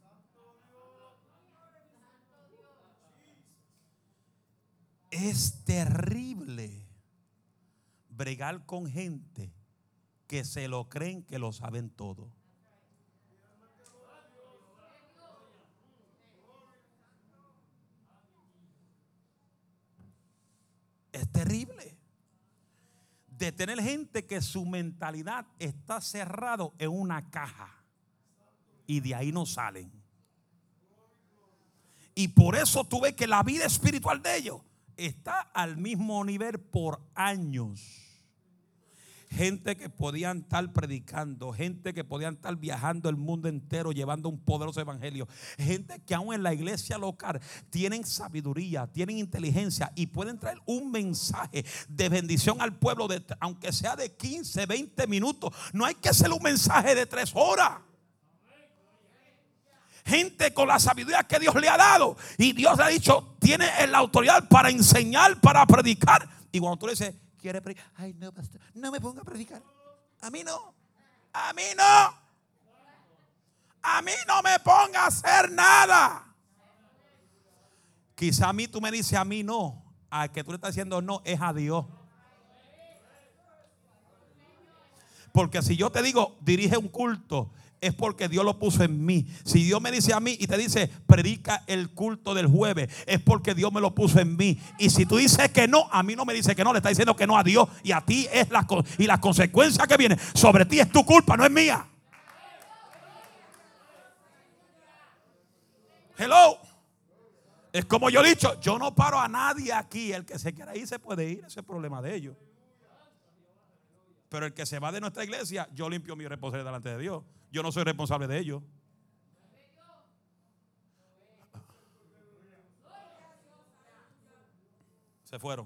Es terrible bregar con gente que se lo creen que lo saben todo. Es terrible de tener gente que su mentalidad está cerrado en una caja y de ahí no salen. Y por eso tú ves que la vida espiritual de ellos está al mismo nivel por años. Gente que podían estar predicando, gente que podían estar viajando el mundo entero llevando un poderoso evangelio, gente que aún en la iglesia local tienen sabiduría, tienen inteligencia y pueden traer un mensaje de bendición al pueblo, aunque sea de 15, 20 minutos. No hay que hacer un mensaje de 3 horas. Gente con la sabiduría que Dios le ha dado y Dios le ha dicho: tiene la autoridad para enseñar, para predicar. Y cuando tú le dices: ¿quiere predicar? Ay, no, pastor, no me ponga a predicar. A mí no. A mí no. A mí no me ponga a hacer nada. Quizá a mí tú me dices: a mí no. Al que tú le estás diciendo no es a Dios. Porque si yo te digo: dirige un culto, es porque Dios lo puso en mí. Si Dios me dice a mí y te dice predica el culto del jueves, es porque Dios me lo puso en mí. Y si tú dices que no, a mí no me dice que no, le está diciendo que no a Dios. Y a ti es y las consecuencias que vienen sobre ti es tu culpa, no es mía. Hello. Es como yo he dicho, yo no paro a nadie aquí. El que se quiera ir se puede ir, ese es el problema de ellos. Pero el que se va de nuestra iglesia, yo limpio mi responsabilidad delante de Dios. Yo no soy responsable de ellos. Se fueron.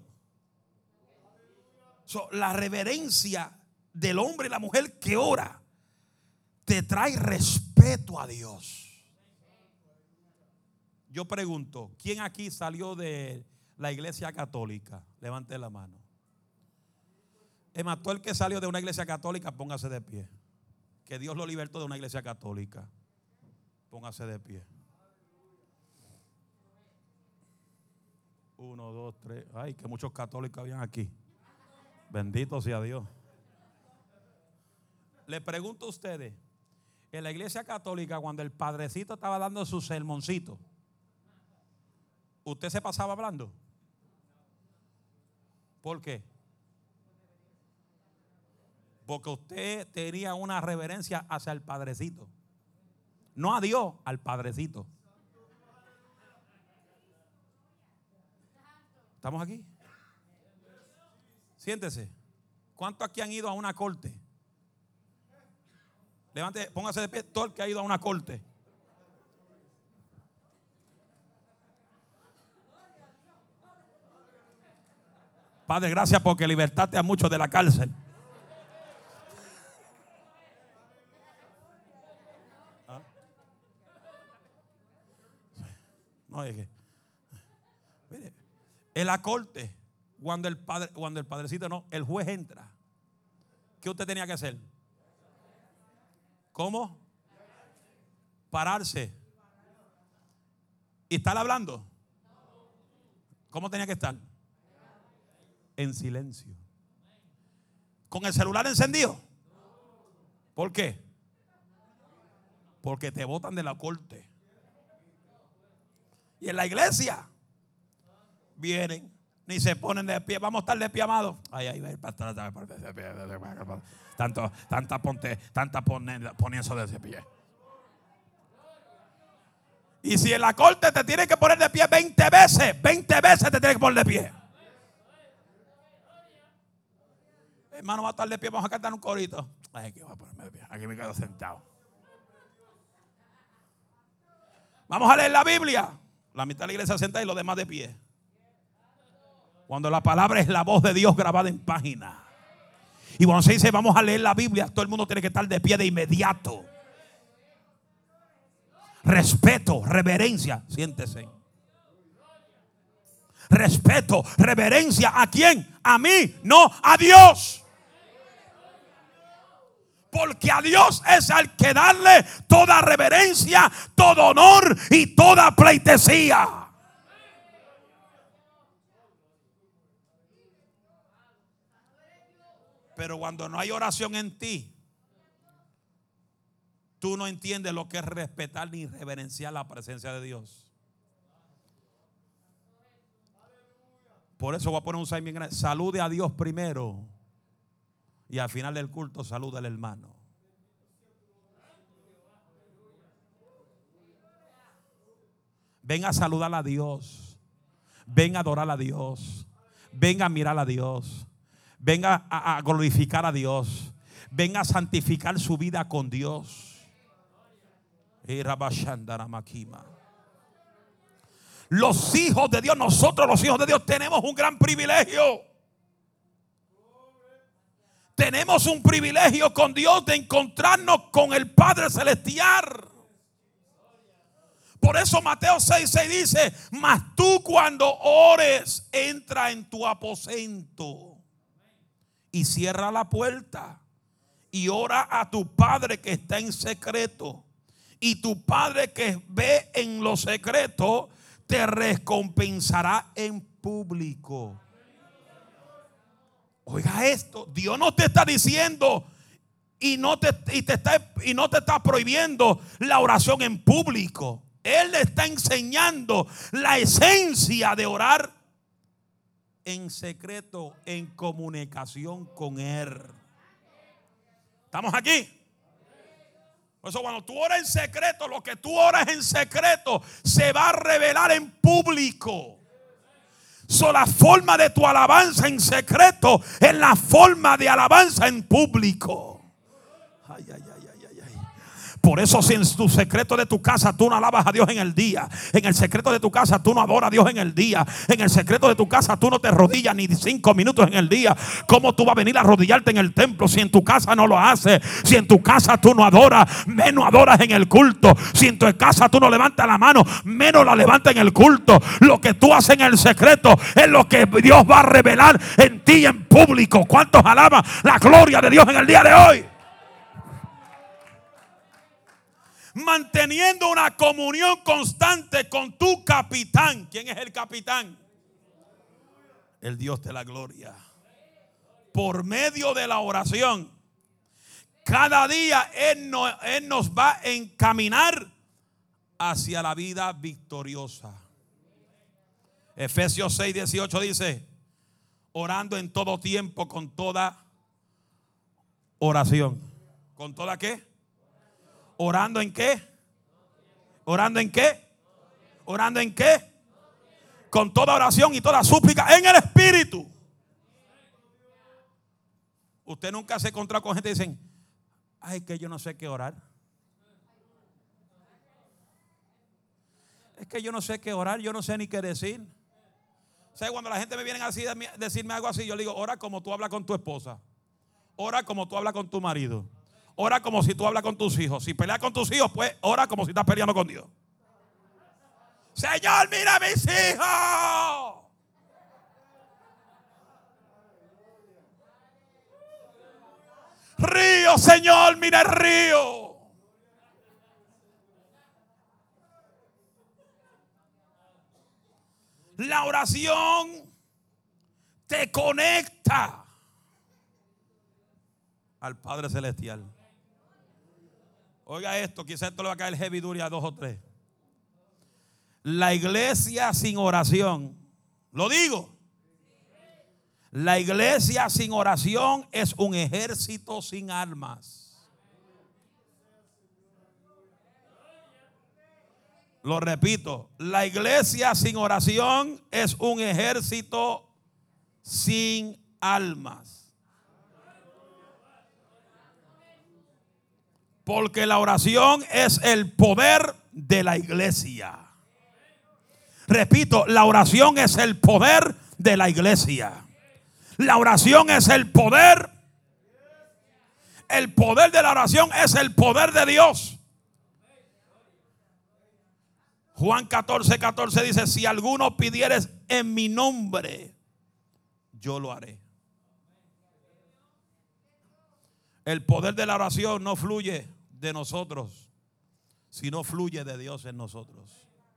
La reverencia del hombre y la mujer que ora te trae respeto a Dios. Yo pregunto, ¿quién aquí salió de la iglesia católica? Levante la mano. Es más, todo el que salió de una iglesia católica, póngase de pie. Que Dios lo libertó de una iglesia católica. Póngase de pie. 1, 2, 3. Ay, que muchos católicos habían aquí. Bendito sea Dios. Le pregunto a ustedes, en la iglesia católica, cuando el padrecito estaba dando su sermoncito, ¿usted se pasaba hablando? ¿Por qué? Porque usted tenía una reverencia hacia el padrecito. No a Dios, al padrecito. ¿Estamos aquí? Siéntese. ¿Cuántos aquí han ido a una corte? Levante, póngase de pie todo el que ha ido a una corte. Padre, gracias porque libertaste a muchos de la cárcel. No, es que, mire, en la corte, cuando el padrecito no, el juez entra, ¿qué usted tenía que hacer? ¿Cómo? Pararse y estar hablando. ¿Cómo tenía que estar? En silencio. ¿Con el celular encendido? ¿Por qué? Porque te botan de la corte. Y en la iglesia vienen, ni se ponen de pie. Vamos a estar de pie, amados. Ay, ay, el pastor. Tanta poniendo de pie. Y si en la corte te tienes que poner de pie 20 veces te tienes que poner de pie. Hermano, va a estar de pie, vamos a cantar un corito. Ay, aquí voy a ponerme de pie. Aquí me quedo sentado. Vamos a leer la Biblia. La mitad de la iglesia sentada y los demás de pie. Cuando la palabra es la voz de Dios grabada en página. Y cuando se dice vamos a leer la Biblia, todo el mundo tiene que estar de pie de inmediato. Respeto, reverencia. Siéntese. Respeto, reverencia. ¿A quién? A mí, no a Dios. Porque a Dios es al que darle toda reverencia, todo honor y toda pleitesía. Pero cuando no hay oración en ti, tú no entiendes lo que es respetar ni reverenciar la presencia de Dios. Por eso voy a poner un sign bien grande. Salude a Dios primero. Y al final del culto saluda al hermano. Ven a saludar a Dios. Ven a adorar a Dios. Ven a mirar a Dios. Ven a glorificar a Dios. Ven a santificar su vida con Dios. Los hijos de Dios, nosotros los hijos de Dios tenemos un gran privilegio. Tenemos un privilegio con Dios de encontrarnos con el Padre Celestial. Por eso Mateo 6:6 dice: mas tú cuando ores, entra en tu aposento y cierra la puerta y ora a tu Padre que está en secreto. Y tu Padre que ve en lo secreto te recompensará en público. Oiga esto, Dios no te está diciendo y no te está prohibiendo la oración en público. Él le está enseñando la esencia de orar en secreto, en comunicación con Él. ¿Estamos aquí? Por eso cuando tú oras en secreto, lo que tú oras en secreto se va a revelar en público. La forma de tu alabanza en secreto es la forma de alabanza en público. Ay, ay, ay, ay, ay, ay. Por eso si en tu secreto de tu casa tú no alabas a Dios en el día, en el secreto de tu casa tú no adoras a Dios en el día, en el secreto de tu casa tú no te arrodillas ni 5 minutos en el día, ¿cómo tú vas a venir a arrodillarte en el templo si en tu casa no lo haces? Si en tu casa tú no adoras, menos adoras en el culto. Si en tu casa tú no levantas la mano, menos la levantas en el culto. Lo que tú haces en el secreto es lo que Dios va a revelar en ti en público. ¿Cuántos alaban la gloria de Dios en el día de hoy? Manteniendo una comunión constante con tu capitán. ¿Quién es el capitán? El Dios de la gloria. Por medio de la oración, cada día Él nos va a encaminar hacia la vida victoriosa. Efesios 6:18 dice: orando en todo tiempo con toda oración. ¿Con toda qué? ¿Orando en qué? ¿Orando en qué? ¿Orando en qué? Con toda oración y toda súplica en el Espíritu. Usted nunca se encontró con gente que dicen: ay, que yo no sé qué orar. Es que yo no sé qué orar, yo no sé ni qué decir. O sea, cuando la gente me viene así a decirme algo así, yo le digo: ora como tú hablas con tu esposa. Ora como tú hablas con tu marido. Ora como si tú hablas con tus hijos. Si peleas con tus hijos, pues ora como si estás peleando con Dios. Señor, mira a mis hijos. Río, Señor, mira el río. La oración te conecta al Padre Celestial. Oiga esto, quizás esto le va a caer heavy duty a 2 o 3. La iglesia sin oración, lo digo, la iglesia sin oración es un ejército sin armas. Lo repito, la iglesia sin oración es un ejército sin armas. Porque la oración es el poder de la iglesia. Repito, la oración es el poder de la iglesia. La oración es el poder. El poder de la oración es el poder de Dios. Juan 14:14 dice: si alguno pidieres en mi nombre, yo lo haré. El poder de la oración no fluye de nosotros, sino fluye de Dios en nosotros.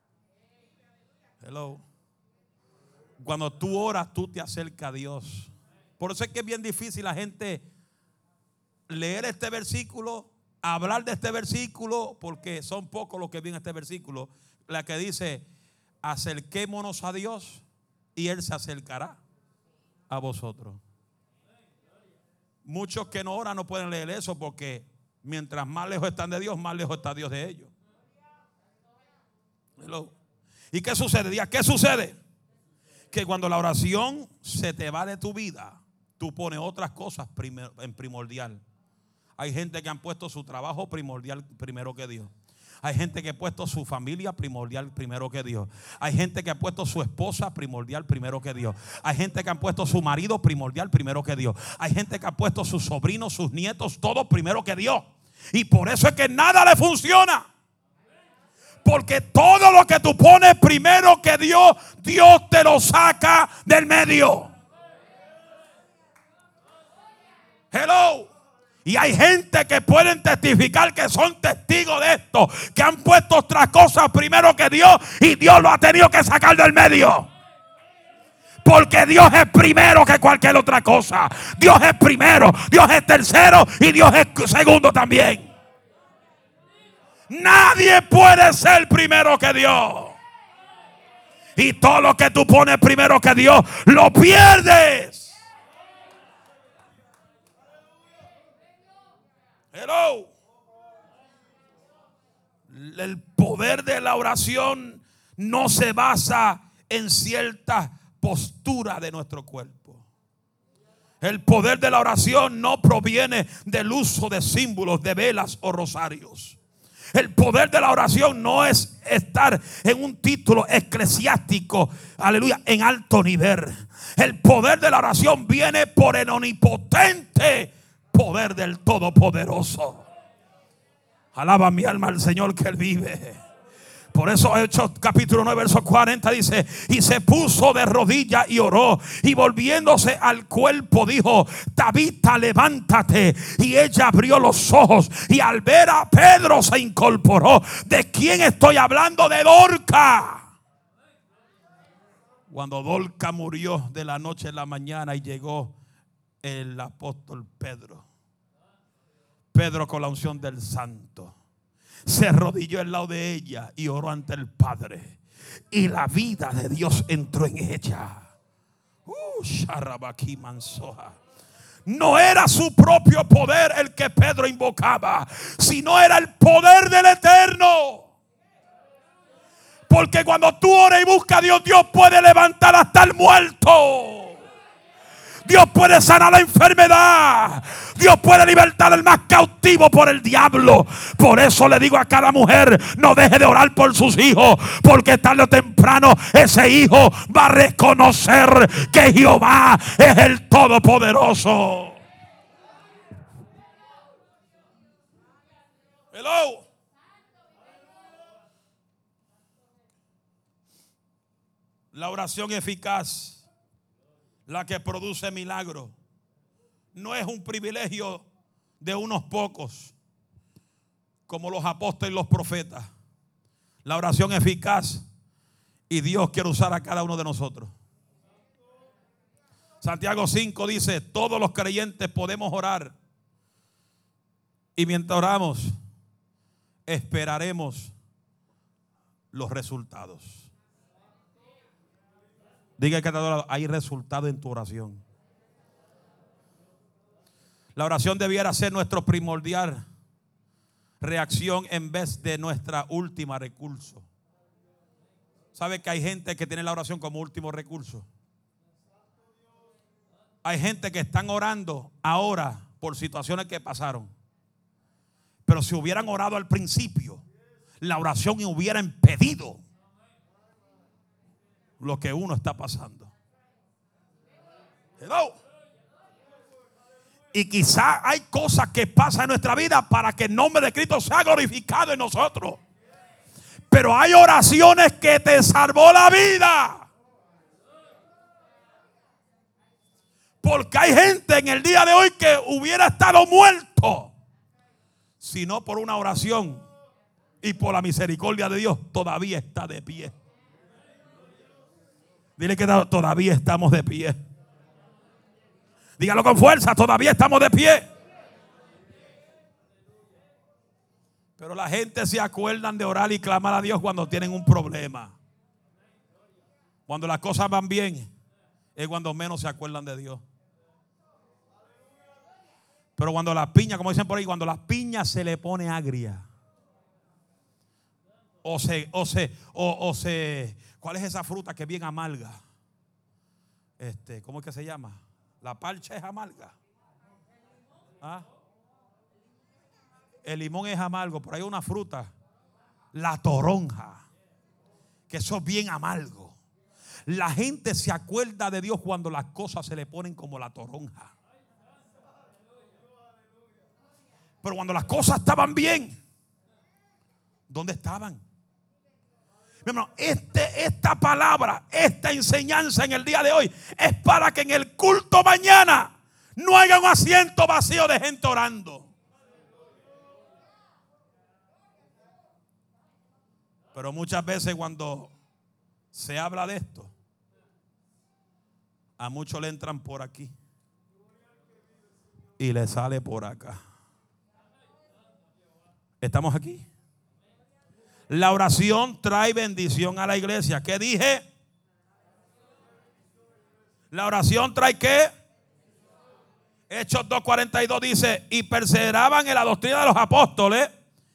Hello. Cuando tú oras, tú te acercas a Dios. Por eso es que es bien difícil la gente leer este versículo, hablar de este versículo, porque son pocos los que ven este versículo. La que dice: acerquémonos a Dios y Él se acercará a vosotros. Muchos que no oran no pueden leer eso, porque mientras más lejos están de Dios, más lejos está Dios de ellos. Hello. ¿Y qué sucede? ¿Qué sucede? Que cuando la oración se te va de tu vida, tú pones otras cosas en primordial. Hay gente que han puesto su trabajo primordial primero que Dios. Hay gente que ha puesto su familia primordial primero que Dios. Hay gente que ha puesto su esposa primordial primero que Dios. Hay gente que ha puesto su marido primordial primero que Dios. Hay gente que ha puesto sus sobrinos, sus nietos, todo primero que Dios. Y por eso es que nada le funciona. Porque todo lo que tú pones primero que Dios, Dios te lo saca del medio. Hello. Y hay gente que pueden testificar, que son testigos de esto, que han puesto otras cosas primero que Dios y Dios lo ha tenido que sacar del medio. Porque Dios es primero que cualquier otra cosa. Dios es primero, Dios es tercero y Dios es segundo también. Nadie puede ser primero que Dios. Y todo lo que tú pones primero que Dios, lo pierdes. Hello. El poder de la oración no se basa en cierta postura de nuestro cuerpo. El poder de la oración no proviene del uso de símbolos, de velas o rosarios. El poder de la oración no es estar en un título eclesiástico, aleluya, en alto nivel. El poder de la oración viene por el omnipotente poder del Todopoderoso. Alaba mi alma al Señor que Él vive. Por eso Hechos capítulo 9 verso 40 dice: y se puso de rodillas y oró, y volviéndose al cuerpo dijo: Tabita, levántate. Y ella abrió los ojos, y al ver a Pedro se incorporó. ¿De quién estoy hablando? De Dorca. Cuando Dorca murió, de la noche a la mañana, y llegó el apóstol Pedro. Pedro, con la unción del Santo, se arrodilló al lado de ella y oró ante el Padre. Y la vida de Dios entró en ella. No era su propio poder el que Pedro invocaba, sino era el poder del Eterno. Porque cuando tú oras y buscas a Dios, Dios puede levantar hasta el muerto. Dios puede sanar la enfermedad. Dios puede libertar al más cautivo por el diablo. Por eso le digo a cada mujer: no deje de orar por sus hijos, porque tarde o temprano ese hijo va a reconocer que Jehová es el Todopoderoso. Hello. La oración eficaz, la que produce milagros, no es un privilegio de unos pocos como los apóstoles y los profetas. La oración eficaz, y Dios quiere usar a cada uno de nosotros. Santiago 5 dice: todos los creyentes podemos orar, y mientras oramos esperaremos los resultados. Diga que hay resultado en tu oración. La oración debiera ser nuestro primordial reacción en vez de nuestra última recurso. ¿Sabe que hay gente que tiene la oración como último recurso? Hay gente que están orando ahora por situaciones que pasaron. Pero si hubieran orado al principio, la oración hubiera impedido lo que uno está pasando. Hello. Y quizá hay cosas que pasan en nuestra vida para que el nombre de Cristo sea glorificado en nosotros. Pero hay oraciones que te salvó la vida. Porque hay gente en el día de hoy que hubiera estado muerto, si no por una oración, y por la misericordia de Dios todavía está de pie. Dile que todavía estamos de pie. Dígalo con fuerza: todavía estamos de pie. Pero la gente se acuerdan de orar y clamar a Dios cuando tienen un problema. Cuando las cosas van bien, es cuando menos se acuerdan de Dios. Pero cuando la piña, como dicen por ahí, cuando la piña se le pone agria, ¿cuál es esa fruta que es bien amarga? ¿Cómo es que se llama? La parcha es amarga. ¿Ah? El limón es amargo, pero hay una fruta, la toronja, que eso es bien amargo. La gente se acuerda de Dios cuando las cosas se le ponen como la toronja. Pero cuando las cosas estaban bien, ¿dónde estaban? Hermano, esta palabra, esta enseñanza en el día de hoy es para que en el culto mañana no haya un asiento vacío de gente orando. Pero muchas veces cuando se habla de esto, A muchos le entran por aquí y le sale por acá. ¿Estamos aquí? La oración trae bendición a la iglesia. ¿Qué dije? La oración trae ¿qué? Hechos 2:42 dice: y perseveraban en la doctrina de los apóstoles,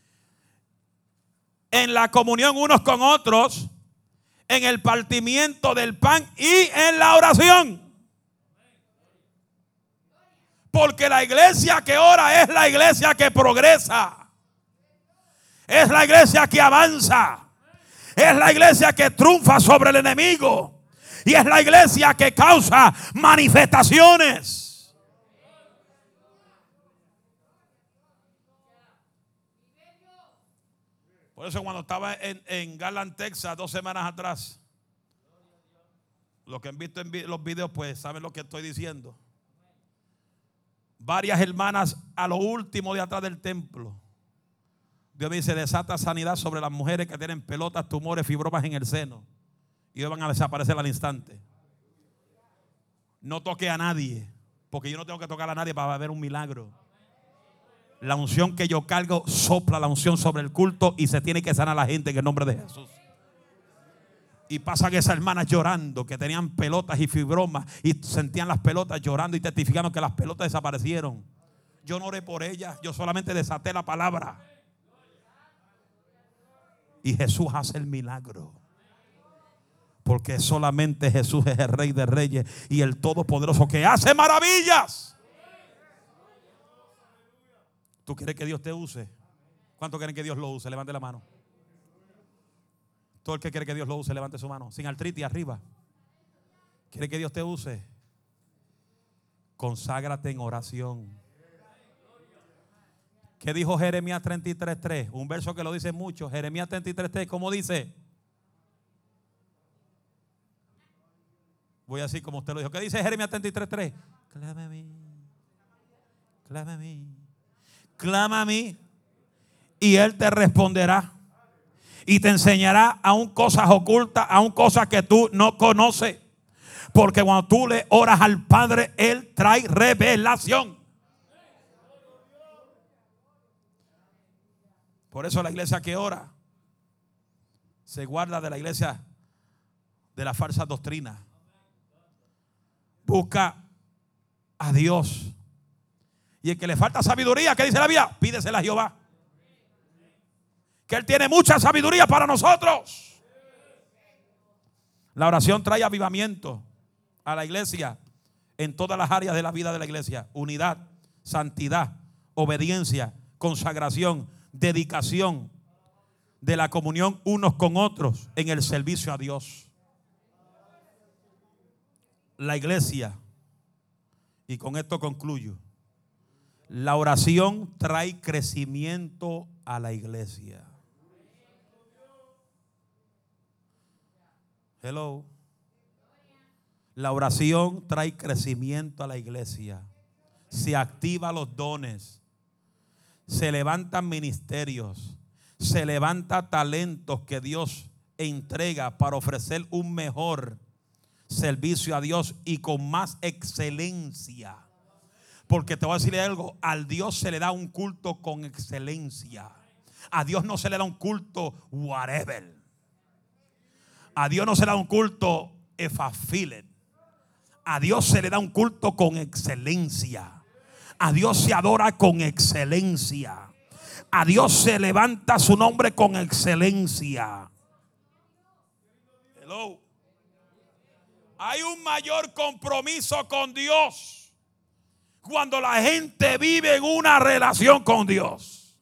en la comunión unos con otros, en el partimiento del pan y en la oración. Porque la iglesia que ora es la iglesia que progresa. Es la iglesia que avanza. Es la iglesia que triunfa sobre el enemigo. Y es la iglesia que causa manifestaciones. Por eso cuando estaba en Garland, Texas, 2 semanas atrás, los que han visto en los videos pues saben lo que estoy diciendo. Varias hermanas a lo último de atrás del templo, Dios me dice: desata sanidad sobre las mujeres que tienen pelotas, tumores, fibromas en el seno. Y ellos van a desaparecer al instante. No toque a nadie, porque yo no tengo que tocar a nadie para ver un milagro. La unción que yo cargo sopla la unción sobre el culto y se tiene que sanar a la gente en el nombre de Jesús. Y pasan esas hermanas llorando que tenían pelotas y fibromas y sentían las pelotas llorando y testificando que las pelotas desaparecieron. Yo no oré por ellas, yo solamente desaté la palabra. Y Jesús hace el milagro. Porque solamente Jesús es el Rey de Reyes y el Todopoderoso que hace maravillas. ¿Tú quieres que Dios te use? ¿Cuántos quieren que Dios lo use? Levante la mano. Todo el que quiere que Dios lo use, levante su mano. Sin artritis, arriba. ¿Quiere que Dios te use? Conságrate en oración. ¿Qué dijo Jeremías 33:3? Un verso que lo dice mucho. Jeremías 33:3, ¿cómo dice? Voy a decir como usted lo dijo. ¿Qué dice Jeremías 33:3? Clama a mí. Clama a mí. Clama a mí y Él te responderá y te enseñará aún cosas ocultas, aún cosas que tú no conoces. Porque cuando tú le oras al Padre, Él trae revelación. Por eso la iglesia que ora se guarda de la iglesia de la falsa doctrina. Busca a Dios. Y el que le falta sabiduría, ¿qué dice la Biblia? Pídesela a Jehová. Que Él tiene mucha sabiduría para nosotros. La oración trae avivamiento a la iglesia en todas las áreas de la vida de la iglesia. Unidad, santidad, obediencia, consagración, dedicación de la comunión unos con otros en el servicio a Dios. La iglesia, y con esto concluyo, la oración trae crecimiento a la iglesia. Hello. La oración trae crecimiento a la iglesia. Se activan los dones. Se levantan ministerios. Se levantan talentos que Dios entrega para ofrecer un mejor servicio a Dios y con más excelencia. Porque te voy a decir algo, al Dios se le da un culto con excelencia. A Dios no se le da un culto whatever. A Dios no se le da un culto if I feel it. A Dios se le da un culto con excelencia. A Dios se adora con excelencia. A Dios se levanta su nombre con excelencia. Hello. Hay un mayor compromiso con Dios cuando la gente vive en una relación con Dios.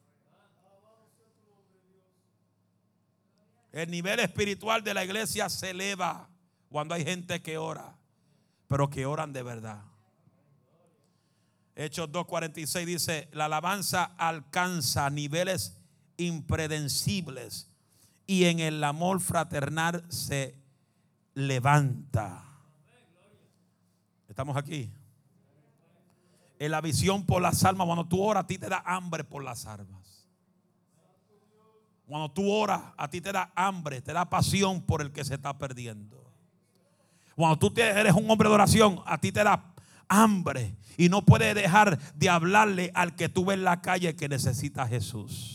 El nivel espiritual de la iglesia se eleva cuando hay gente que ora, pero que oran de verdad. Hechos 2:46 dice: la alabanza alcanza niveles impredecibles y en el amor fraternal se levanta. ¿Estamos aquí? En la visión por las almas, cuando tú oras, a ti te da hambre por las almas. Cuando tú oras, a ti te da hambre, te da pasión por el que se está perdiendo. Cuando tú eres un hombre de oración, a ti te da hambre y no puedes dejar de hablarle al que tú ves en la calle que necesita a Jesús.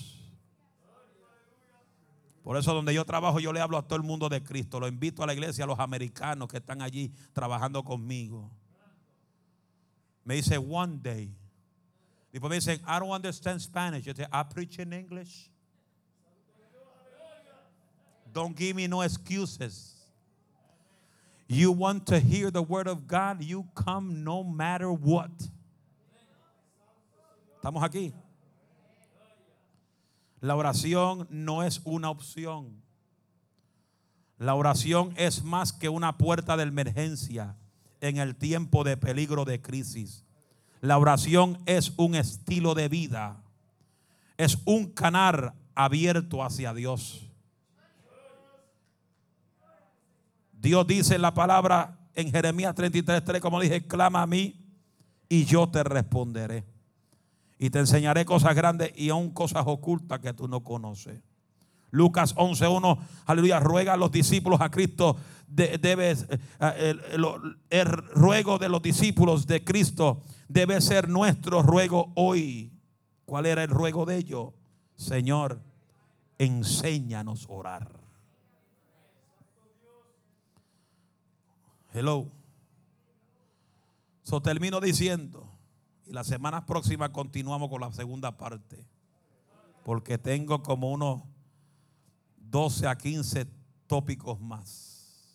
Por eso donde yo trabajo yo le hablo a todo el mundo de Cristo. Lo invito a la iglesia, a los americanos que están allí trabajando conmigo. Me dice one day. Después me dicen, I don't understand Spanish. Yo digo, I preach in English. Don't give me no excuses. You want to hear the word of God, you come no matter what. ¿Estamos aquí? La oración no es una opción. La oración es más que una puerta de emergencia en el tiempo de peligro, de crisis. La oración es un estilo de vida. Es un canal abierto hacia Dios. Dios dice en la palabra en Jeremías 33:3, como dije, clama a mí y yo te responderé. Y te enseñaré cosas grandes y aún cosas ocultas que tú no conoces. Lucas 11:1, aleluya, ruega a los discípulos a Cristo. El ruego de los discípulos de Cristo debe ser nuestro ruego hoy. ¿Cuál era el ruego de ellos? Señor, enséñanos a orar. Hello. So termino diciendo, y la semana próxima continuamos con la segunda parte, porque tengo como unos 12 a 15 tópicos más.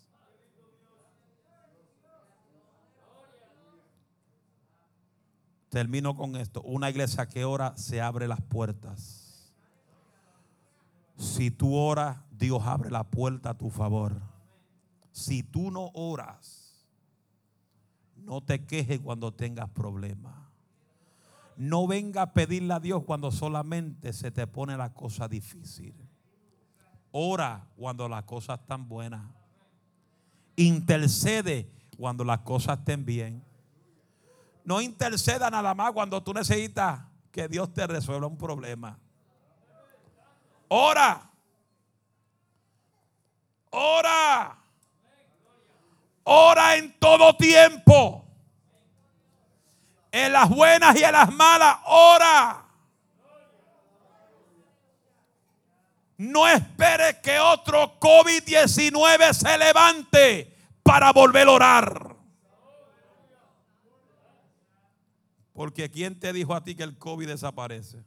Termino con esto. Una iglesia que ora se abre las puertas. Si tú oras, Dios abre la puerta a tu favor. Si tú no oras, no te quejes cuando tengas problemas. No venga a pedirle a Dios cuando solamente se te pone la cosa difícil. Ora cuando las cosas están buenas. Intercede cuando las cosas estén bien. No interceda nada más cuando tú necesitas que Dios te resuelva un problema. Ora. Ora. Ora en todo tiempo. En las buenas y en las malas, ora. No espere que otro COVID-19 se levante para volver a orar. Porque ¿quién te dijo a ti que el COVID desaparece?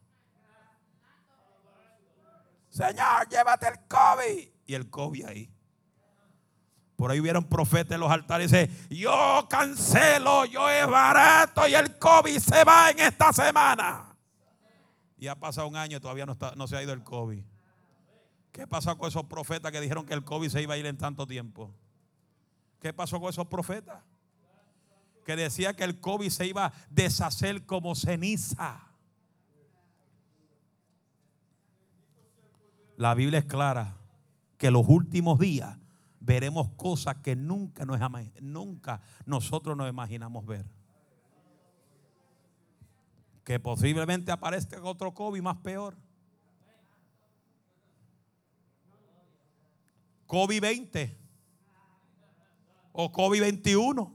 Señor, llévate el COVID. Y el COVID ahí. Por ahí hubieron profetas en los altares y dice, yo cancelo, yo es barato y el COVID se va en esta semana. Y ha pasado un año y todavía no se ha ido el COVID. ¿Qué pasó con esos profetas que dijeron que el COVID se iba a ir en tanto tiempo? ¿Qué pasó con esos profetas? Que decía que el COVID se iba a deshacer como ceniza. La Biblia es clara que los últimos días veremos cosas que nunca nosotros nos imaginamos ver. Que posiblemente aparezca otro COVID más peor. COVID-20 o COVID-21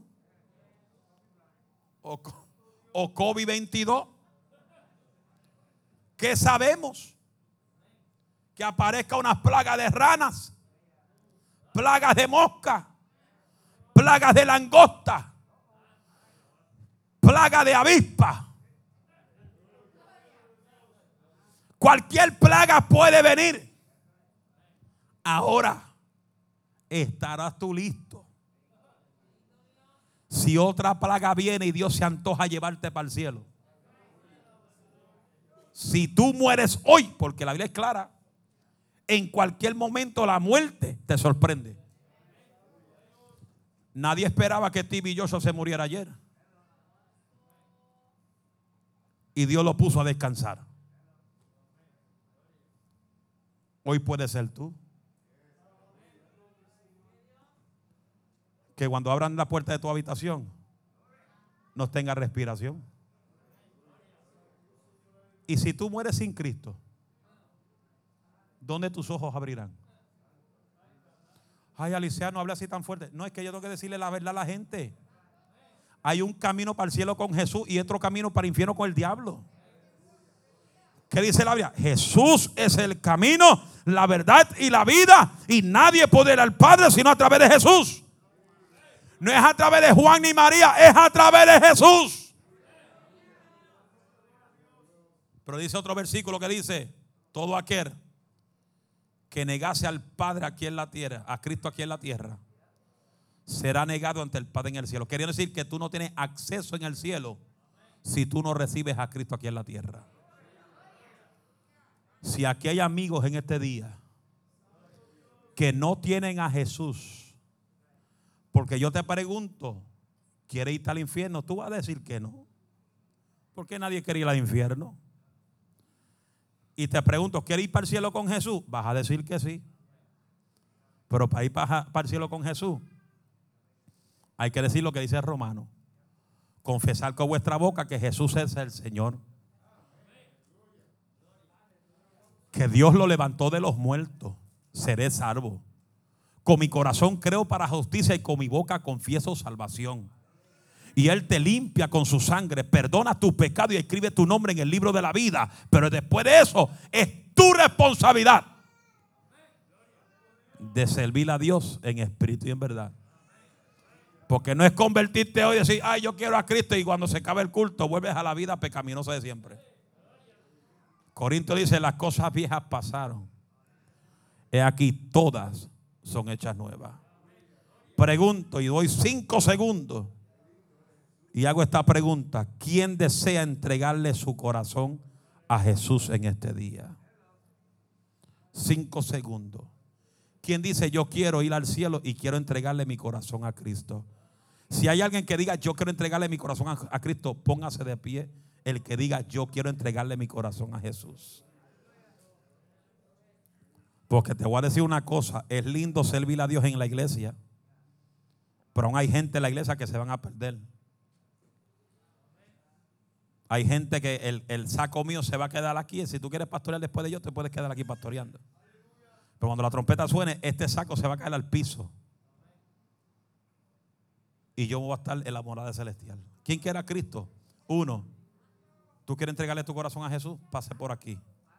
o COVID-22. ¿Qué sabemos? Que aparezca una plaga de ranas, plagas de mosca, plagas de langosta, plaga de avispa. Cualquier plaga puede venir. Ahora, ¿estarás tú listo? Si otra plaga viene y Dios se antoja llevarte para el cielo. Si tú mueres hoy, porque la Biblia es clara, en cualquier momento la muerte te sorprende. Nadie esperaba que T.B. Joshua se muriera ayer. Y Dios lo puso a descansar. Hoy puede ser tú. Que cuando abran la puerta de tu habitación no tenga respiración. Y si tú mueres sin Cristo, ¿dónde tus ojos abrirán? Ay, Alicia, no hable así tan fuerte. No, es que yo tengo que decirle la verdad a la gente. Hay un camino para el cielo con Jesús y otro camino para el infierno con el diablo. ¿Qué dice la Biblia? Jesús es el camino, la verdad y la vida, y nadie puede ir al Padre sino a través de Jesús. No es a través de Juan ni María, es a través de Jesús. Pero dice otro versículo que dice: todo aquel que negase al Padre aquí en la tierra, a Cristo aquí en la tierra, será negado ante el Padre en el cielo. Quería decir que tú no tienes acceso en el cielo si tú no recibes a Cristo aquí en la tierra. Si aquí hay amigos en este día que no tienen a Jesús, porque yo te pregunto, ¿quiere irte al infierno? Tú vas a decir que no, porque nadie quiere ir al infierno. Y te pregunto, ¿quiere ir para el cielo con Jesús? Vas a decir que sí. Pero para ir para el cielo con Jesús hay que decir lo que dice el Romano: confesar con vuestra boca que Jesús es el Señor, que Dios lo levantó de los muertos, seré salvo. Con mi corazón creo para justicia y con mi boca confieso salvación. Y Él te limpia con su sangre, perdona tus pecados y escribe tu nombre en el libro de la vida. Pero después de eso es tu responsabilidad de servir a Dios en espíritu y en verdad. Porque no es convertirte hoy y decir: ay, yo quiero a Cristo, y cuando se acabe el culto vuelves a la vida pecaminosa de siempre. Corinto dice: las cosas viejas pasaron, he aquí todas son hechas nuevas. Pregunto y doy 5 segundos y hago esta pregunta: ¿quién desea entregarle su corazón a Jesús en este día? 5 segundos. ¿Quién dice: yo quiero ir al cielo y quiero entregarle mi corazón a Cristo? Si hay alguien que diga: yo quiero entregarle mi corazón a Cristo, póngase de pie. El que diga: yo quiero entregarle mi corazón a Jesús. Porque te voy a decir una cosa: es lindo servir a Dios en la iglesia, pero aún hay gente en la iglesia que se van a perder. Hay gente que el saco mío se va a quedar aquí. Si tú quieres pastorear después de yo, te puedes quedar aquí pastoreando. Pero cuando la trompeta suene, este saco se va a caer al piso y yo voy a estar en la morada celestial. ¿Quién quiere a Cristo? 1. ¿Tú quieres entregarle tu corazón a Jesús? Pase por aquí.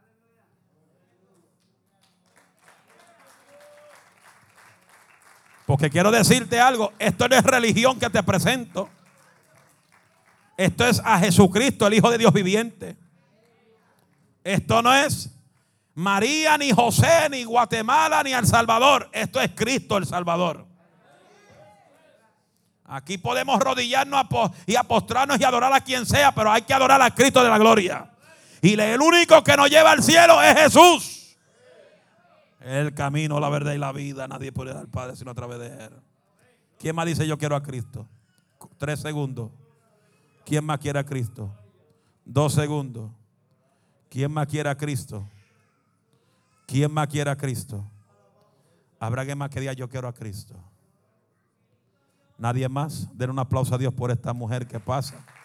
Porque quiero decirte algo: esto no es religión que te presento. Esto es a Jesucristo, el Hijo de Dios viviente. Esto no es María, ni José, ni Guatemala, ni El Salvador. Esto es Cristo el Salvador. Aquí podemos arrodillarnos y postrarnos y adorar a quien sea, pero hay que adorar a Cristo de la gloria. Y el único que nos lleva al cielo es Jesús. El camino, la verdad y la vida. Nadie puede ir al Padre sino a través de Él. ¿Quién más dice: yo quiero a Cristo? 3 segundos. ¿Quién más quiere a Cristo? 2 segundos. ¿Quién más quiere a Cristo? ¿Quién más quiere a Cristo? ¿Habrá alguien más que diga: yo quiero a Cristo? ¿Nadie más? Den un aplauso a Dios por esta mujer que pasa.